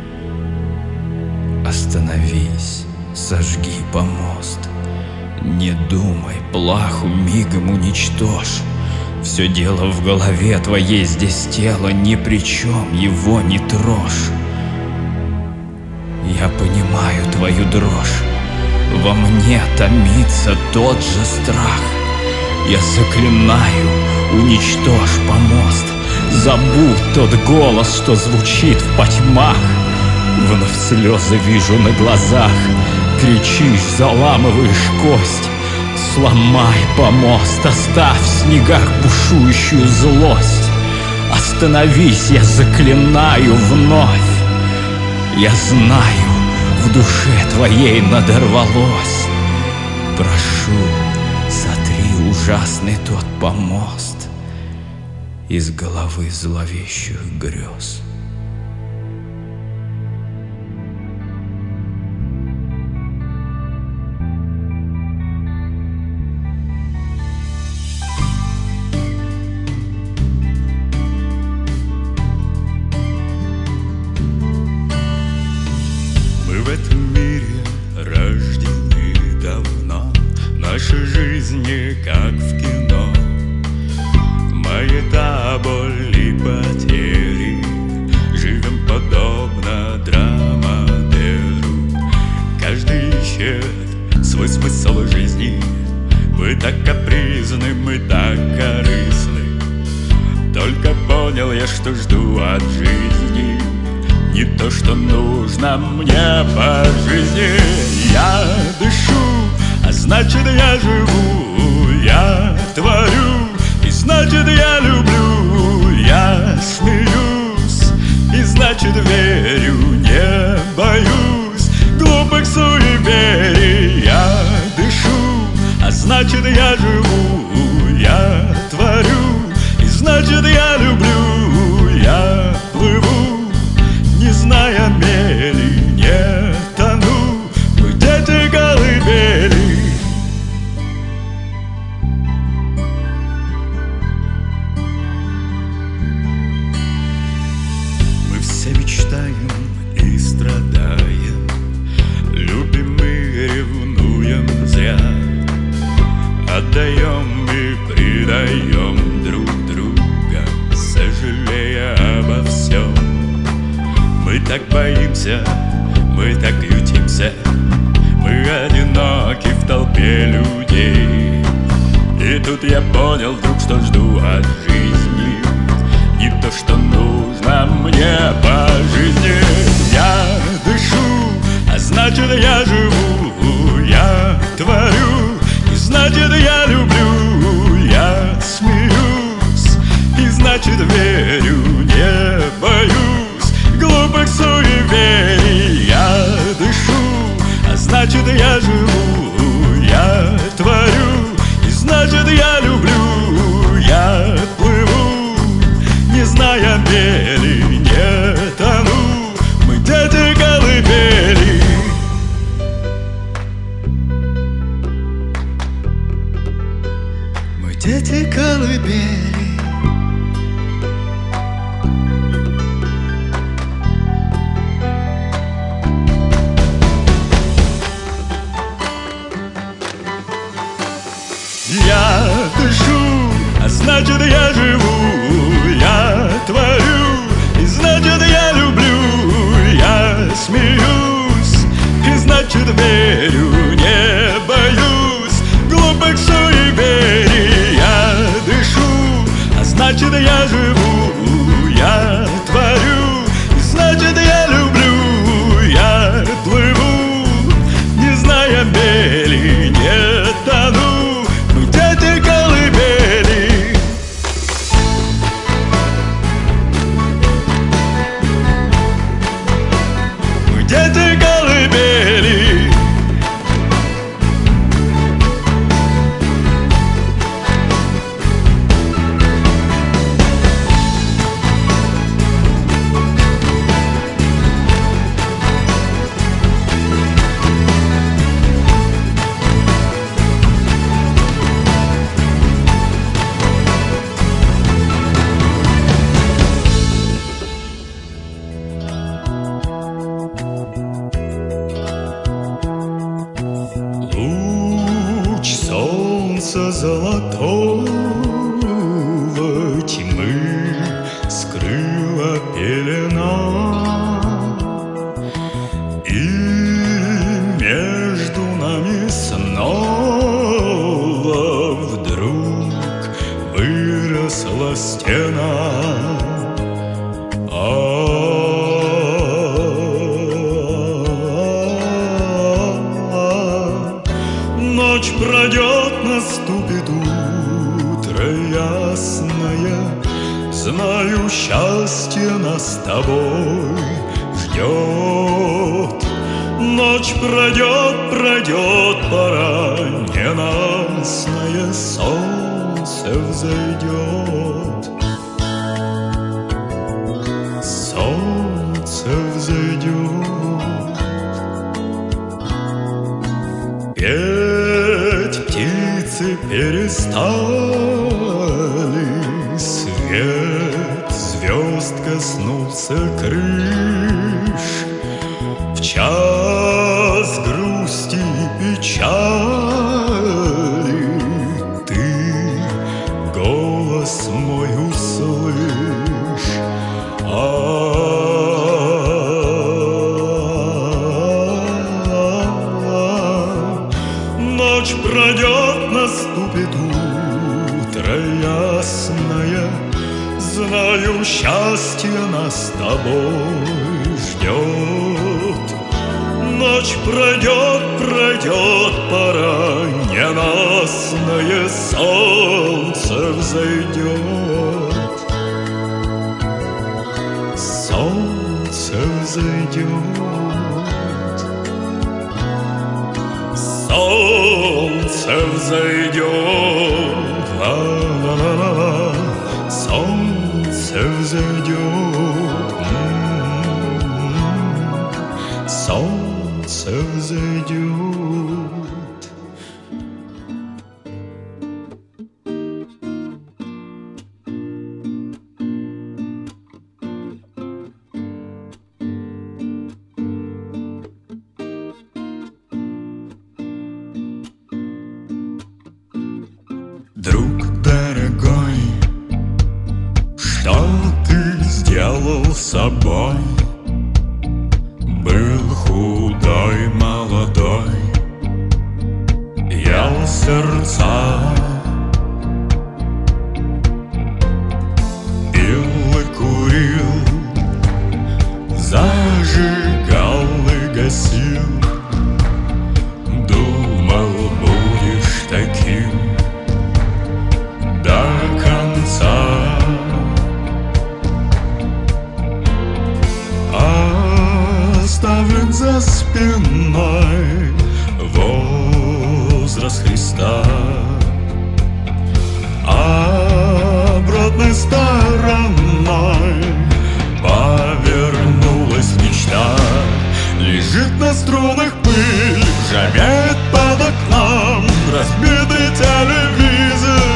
Остановись, сожги помост, не думай, плаху мигом уничтожь. Все дело в голове твоей, здесь тело ни при чем, его не трожь. Я понимаю твою дрожь, во мне томится тот же страх. Я заклинаю, уничтожь помост, забудь тот голос, что звучит в потьмах. Вновь слезы вижу на глазах, кричишь, заламываешь кость. Сломай помост, оставь в снегах бушующую злость. Остановись, я заклинаю вновь. Я знаю, в душе твоей надорвалось. Прошу, сотри ужасный тот помост из головы зловещих грез. В этом мире рождены давно, наши жизни как в кино. Маята, боль и потери, живем подобно драмадеру. Каждый ищет свой смысл жизни, мы так капризны, мы так корыстны. Только понял я, что жду от жизни не то, что нужно мне по жизни. Я дышу, а значит я живу. Я творю, и значит я люблю. Я смеюсь, и значит верю. Не боюсь глупых суеверий. Я дышу, а значит я живу. Я творю, и значит я люблю. Я плыву, не зная мели, не тону, мы дети колыбели. Мы все мечтаем и страдаем, любим и ревнуем зря, отдаем и предаем друг друга, сожалея обо всем. Мы так боимся, мы так ютимся, мы одиноки в толпе людей. И тут я понял вдруг, что жду от жизни не то, что нужно мне по жизни. Я дышу, а значит я живу. Я творю, и значит я люблю. Я смеюсь, и значит верю. Не боюсь глупых суеверий. Я дышу, а значит я живу. Я творю, и значит я люблю. Я плыву, не зная мели, не тону, мы дети колыбели. Мы дети колыбели. значит я живу, я творю, и значит я люблю, я смеюсь, и значит верю, не боюсь глупых суеверий. Я дышу, а значит я живу, я творю, и значит я люблю, я плыву, не зная мели, не тону, мы дети колыбели. Мы дети колыбели. Луч солнца золотого тьмы скрыла пелена, и между нами снова вдруг выросла стена. Ночь пройдет, наступит утро ясное, знаю, счастье нас с тобой ждет. Ночь пройдет, пройдет, пора ненастная, солнце взойдет. Солнце взойдет. Петь птицы перестали, свет звезд коснулся крыш. В час грусти и печали ты голос мой услышь. Ночь пройдет, наступит утро ясное, знаю, счастье нас с тобой ждет. Ночь пройдет, пройдет, пора ненастное, солнце взойдет. Солнце взойдет. Солнце взойдет, ла-ла-ла-ла, солнце взойдет, м-м-м. Солнце взойдет. Друг дорогой, что ты сделал с собой? Был худой, молодой, ел сердца, пил и курил, зажигал и гасил. Думал, будешь таким до конца. Оставлен за спиной возраст Христа, обратной стороной повернулась мечта. Лежит на струнах пыль, ржавеет под окном разбитый телевизор.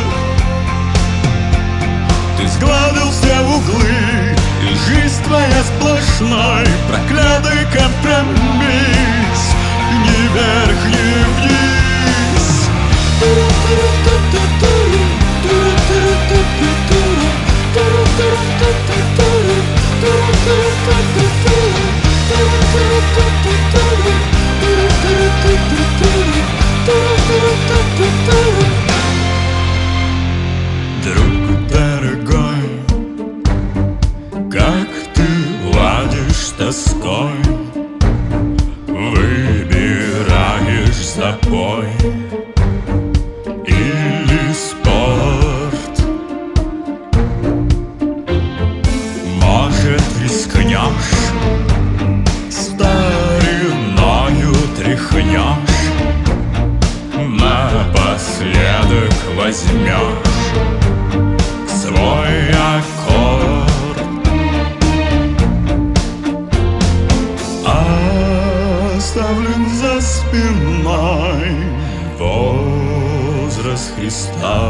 Ты сгладил все углы, и жизнь твоя сплошной проклятый компромисс. Ни вверх, ни вниз. запой или спорт. Может, рискнешь, стариною тряхнешь, напоследок возьмешь свой аккорд. Оставлен за спиной возраст Христа,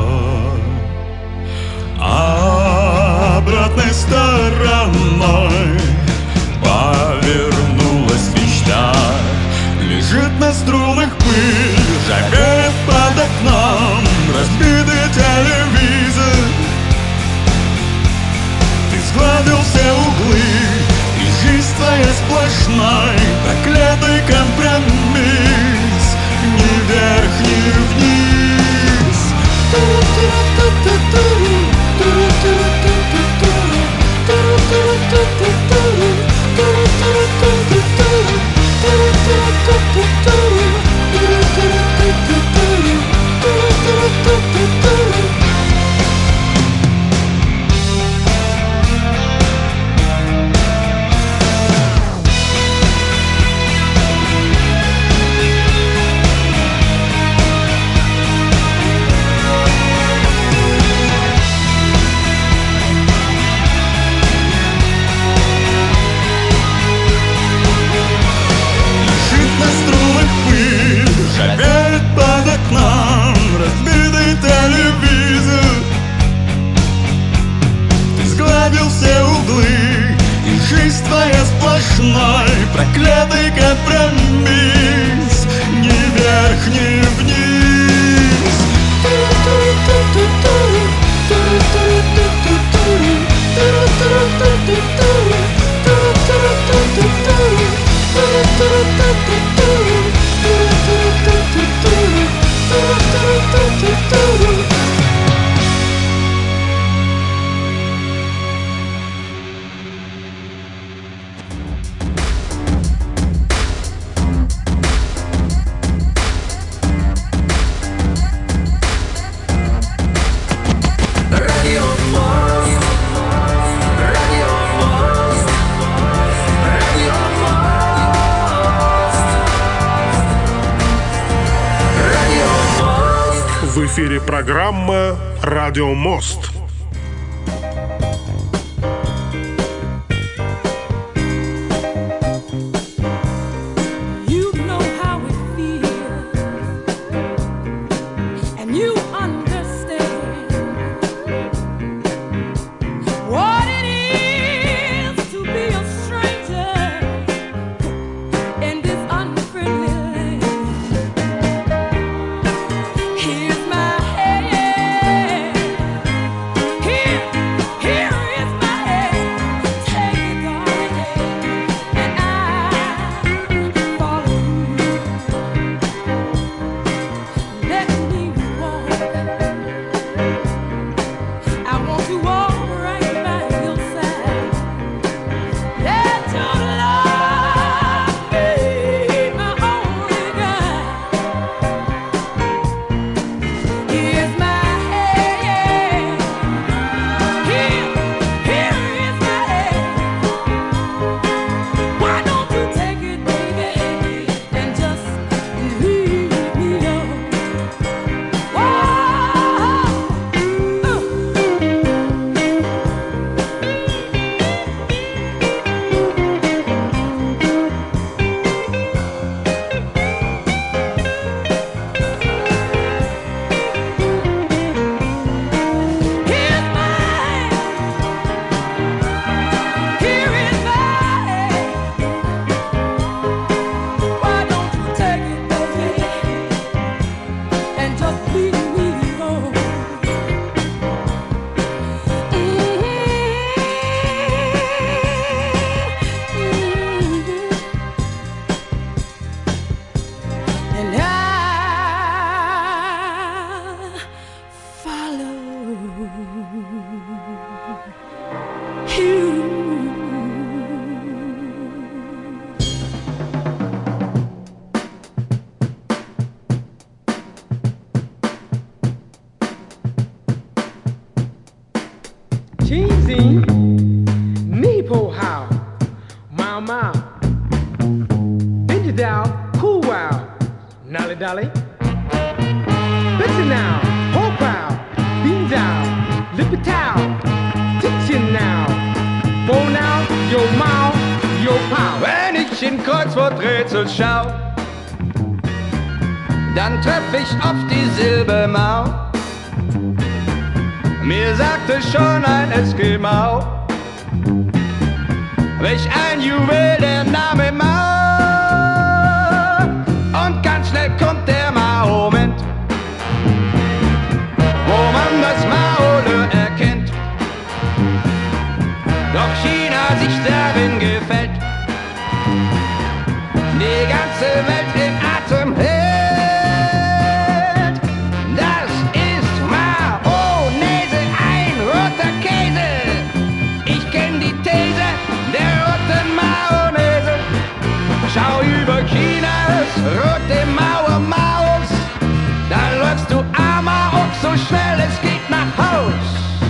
обратной стороной повернулась мечта. Лежит на струнах пыль, жабеет под окном разбитый телевизор. Ты сгладил все углы, и жизнь твоя сплошной проклятый компромисс, ни вверх, ни вниз. Жабеет под окном разбитый телевизор. Ты сгладил все углы, и жизнь твоя сплошной проклятый компромисс, ни вверх, ни вниз. В эфире программа «Радио Мост». Here's my head. down, cool wow. Nolly dolly. Listen now, whole crowd. Bean down, lip it out. Ditchen now. Bo now, yo mau, yo pow. Wenn ich in Kreuzworträtsel schau, dann treff ich auf die Silbermau. Mir sagte schon ein Eskimau, welch ein Juwel der Name Mao. Und ganz schnell kommt der Mao-Moment, wo man das Maole erkennt. Doch China sich darin gefällt, die ganze Welt in Atem hält. Das ist Mayonnaise, ein roter Käse. Ich kenn die These der roten Mayonnaise. Schau über Chinas rote Mauer Maus, dann läufst du armer und so schnell es geht nach Haus.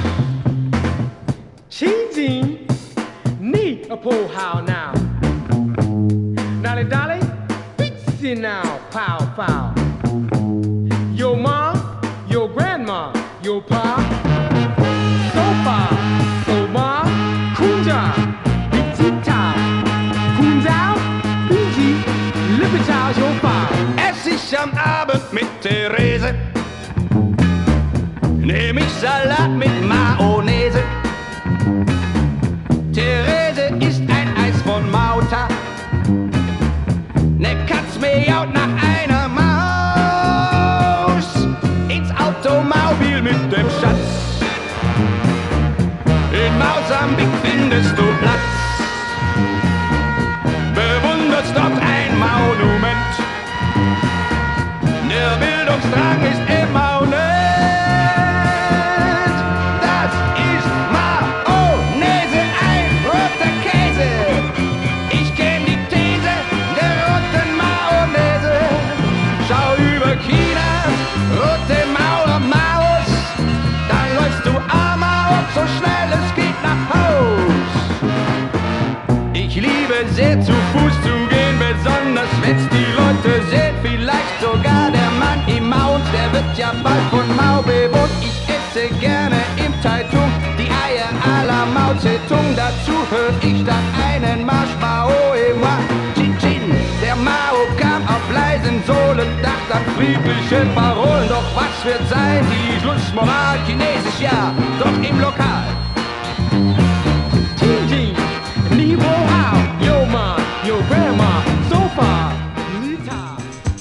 Cheesy, need a pull how now. Dolly dolly, pizzy now, pow pow. Yo mom, yo grandma, yo pa. So far, so ma, kunja, pizzy tau. Kunjao, pizzy, lippe tau, yo pa. Ess ich am Abend mit Therese, nehm ich Salat mit Mayonnaise. Therese ist ein Eis von Mauta, ne Katz miaut nach einer Maus. Ins Automobil mit dem Schatz, in Mosambik findest du Platz. Bewunderst dort ein Monument, der Bildungsdrang ist immer nett. Das ist Mayonnaise, ein roter Käse. Ich kenn die These der roten Mayonnaise. Schau über Chinas rote Mauer Maus, dann läufst du armer und so schnell es geht nach Haus. Ich liebe sehr zu Fuß zu gehen, besonders wenn's die Leute sehen. Vielleicht sogar der Mann im Mount, der wird ja bald von Mao bewohnt. Ich esse gerne im Taitung die Eier à la Mao Zedong. Dazu hör ich dann einen Marsch Mao e moi. Chin Chin, der Mao kam auf leisen Sohlen, dachte an friedliche Parolen. Doch was wird sein, die Schlussmoral? Chinesisch ja, doch im Lokal. Cheesy, need a how. Yo mom, yo grandma, so far. Lita.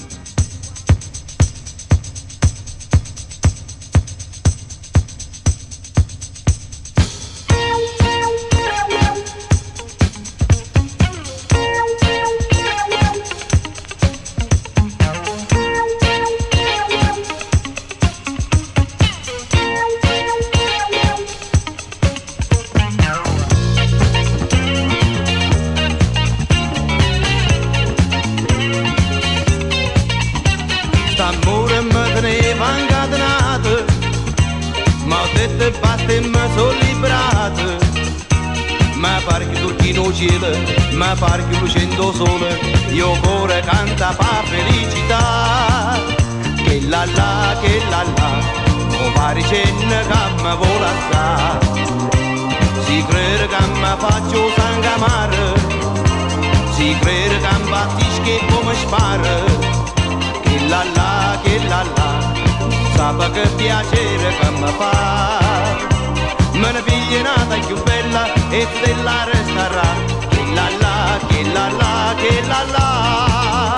St'amore mi teneva incatenato, ma ho detto basta e mi sono liberato. Ma pare che turchino cielo, ma pare che lucendo sole, io cuore canta per felicità. Che la la, che la la, o pare cenno che mi vola sta. Si crede che mi faccio sangue amaro, si crede che mi battisco e poi mi sparo. Che la la, che la la, sape che piacere che mi fa. Me ne figlia nata più bella e della resterà. Che la la, che la la, che la la.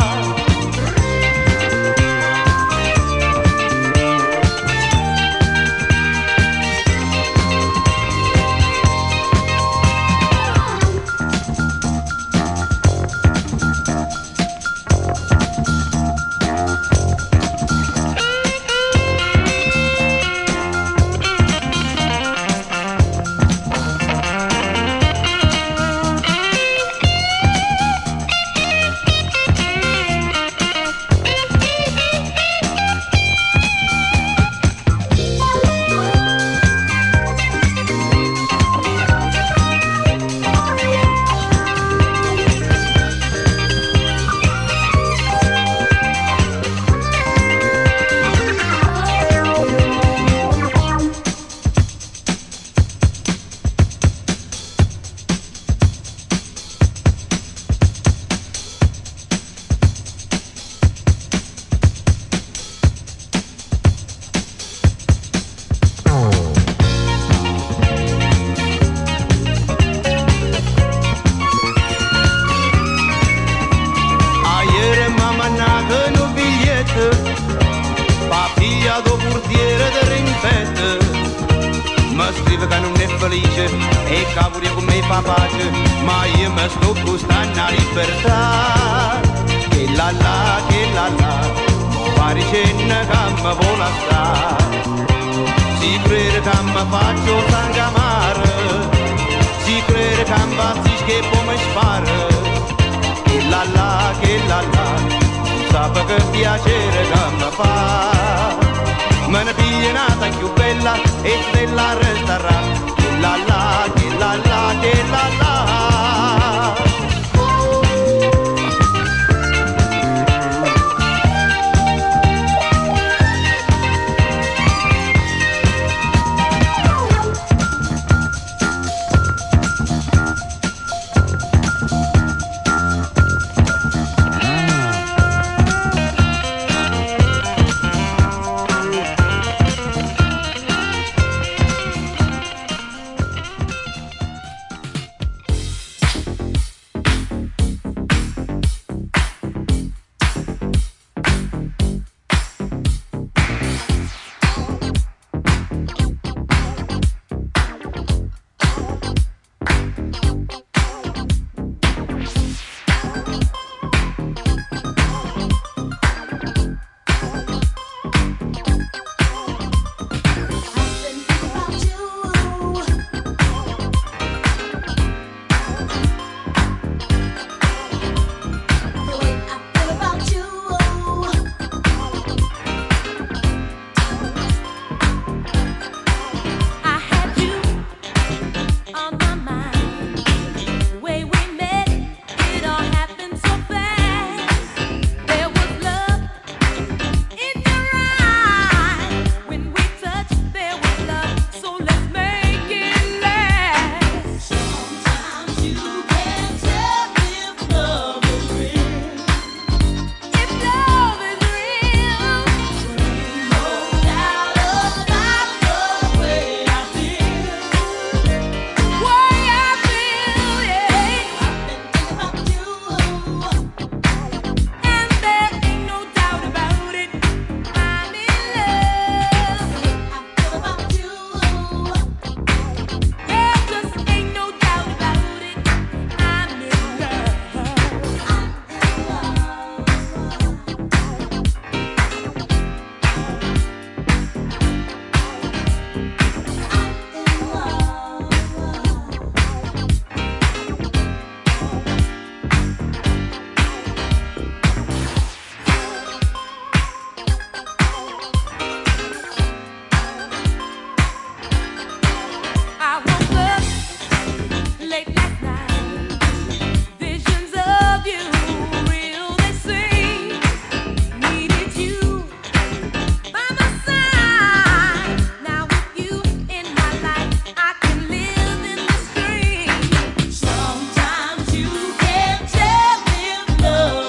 felice e cavoli con me fa pace, ma io mi sto gustando la libertà. Che la la, che la la, pare cenno che mi vola sta. Si crede che mi faccio sangamare, si crede che mi bazzis che può mi spare. Che la la, che la la, sape che piacere che mi fa. Me ne piglia nata più bella e stella resterà. Che la la, che la la, che la la.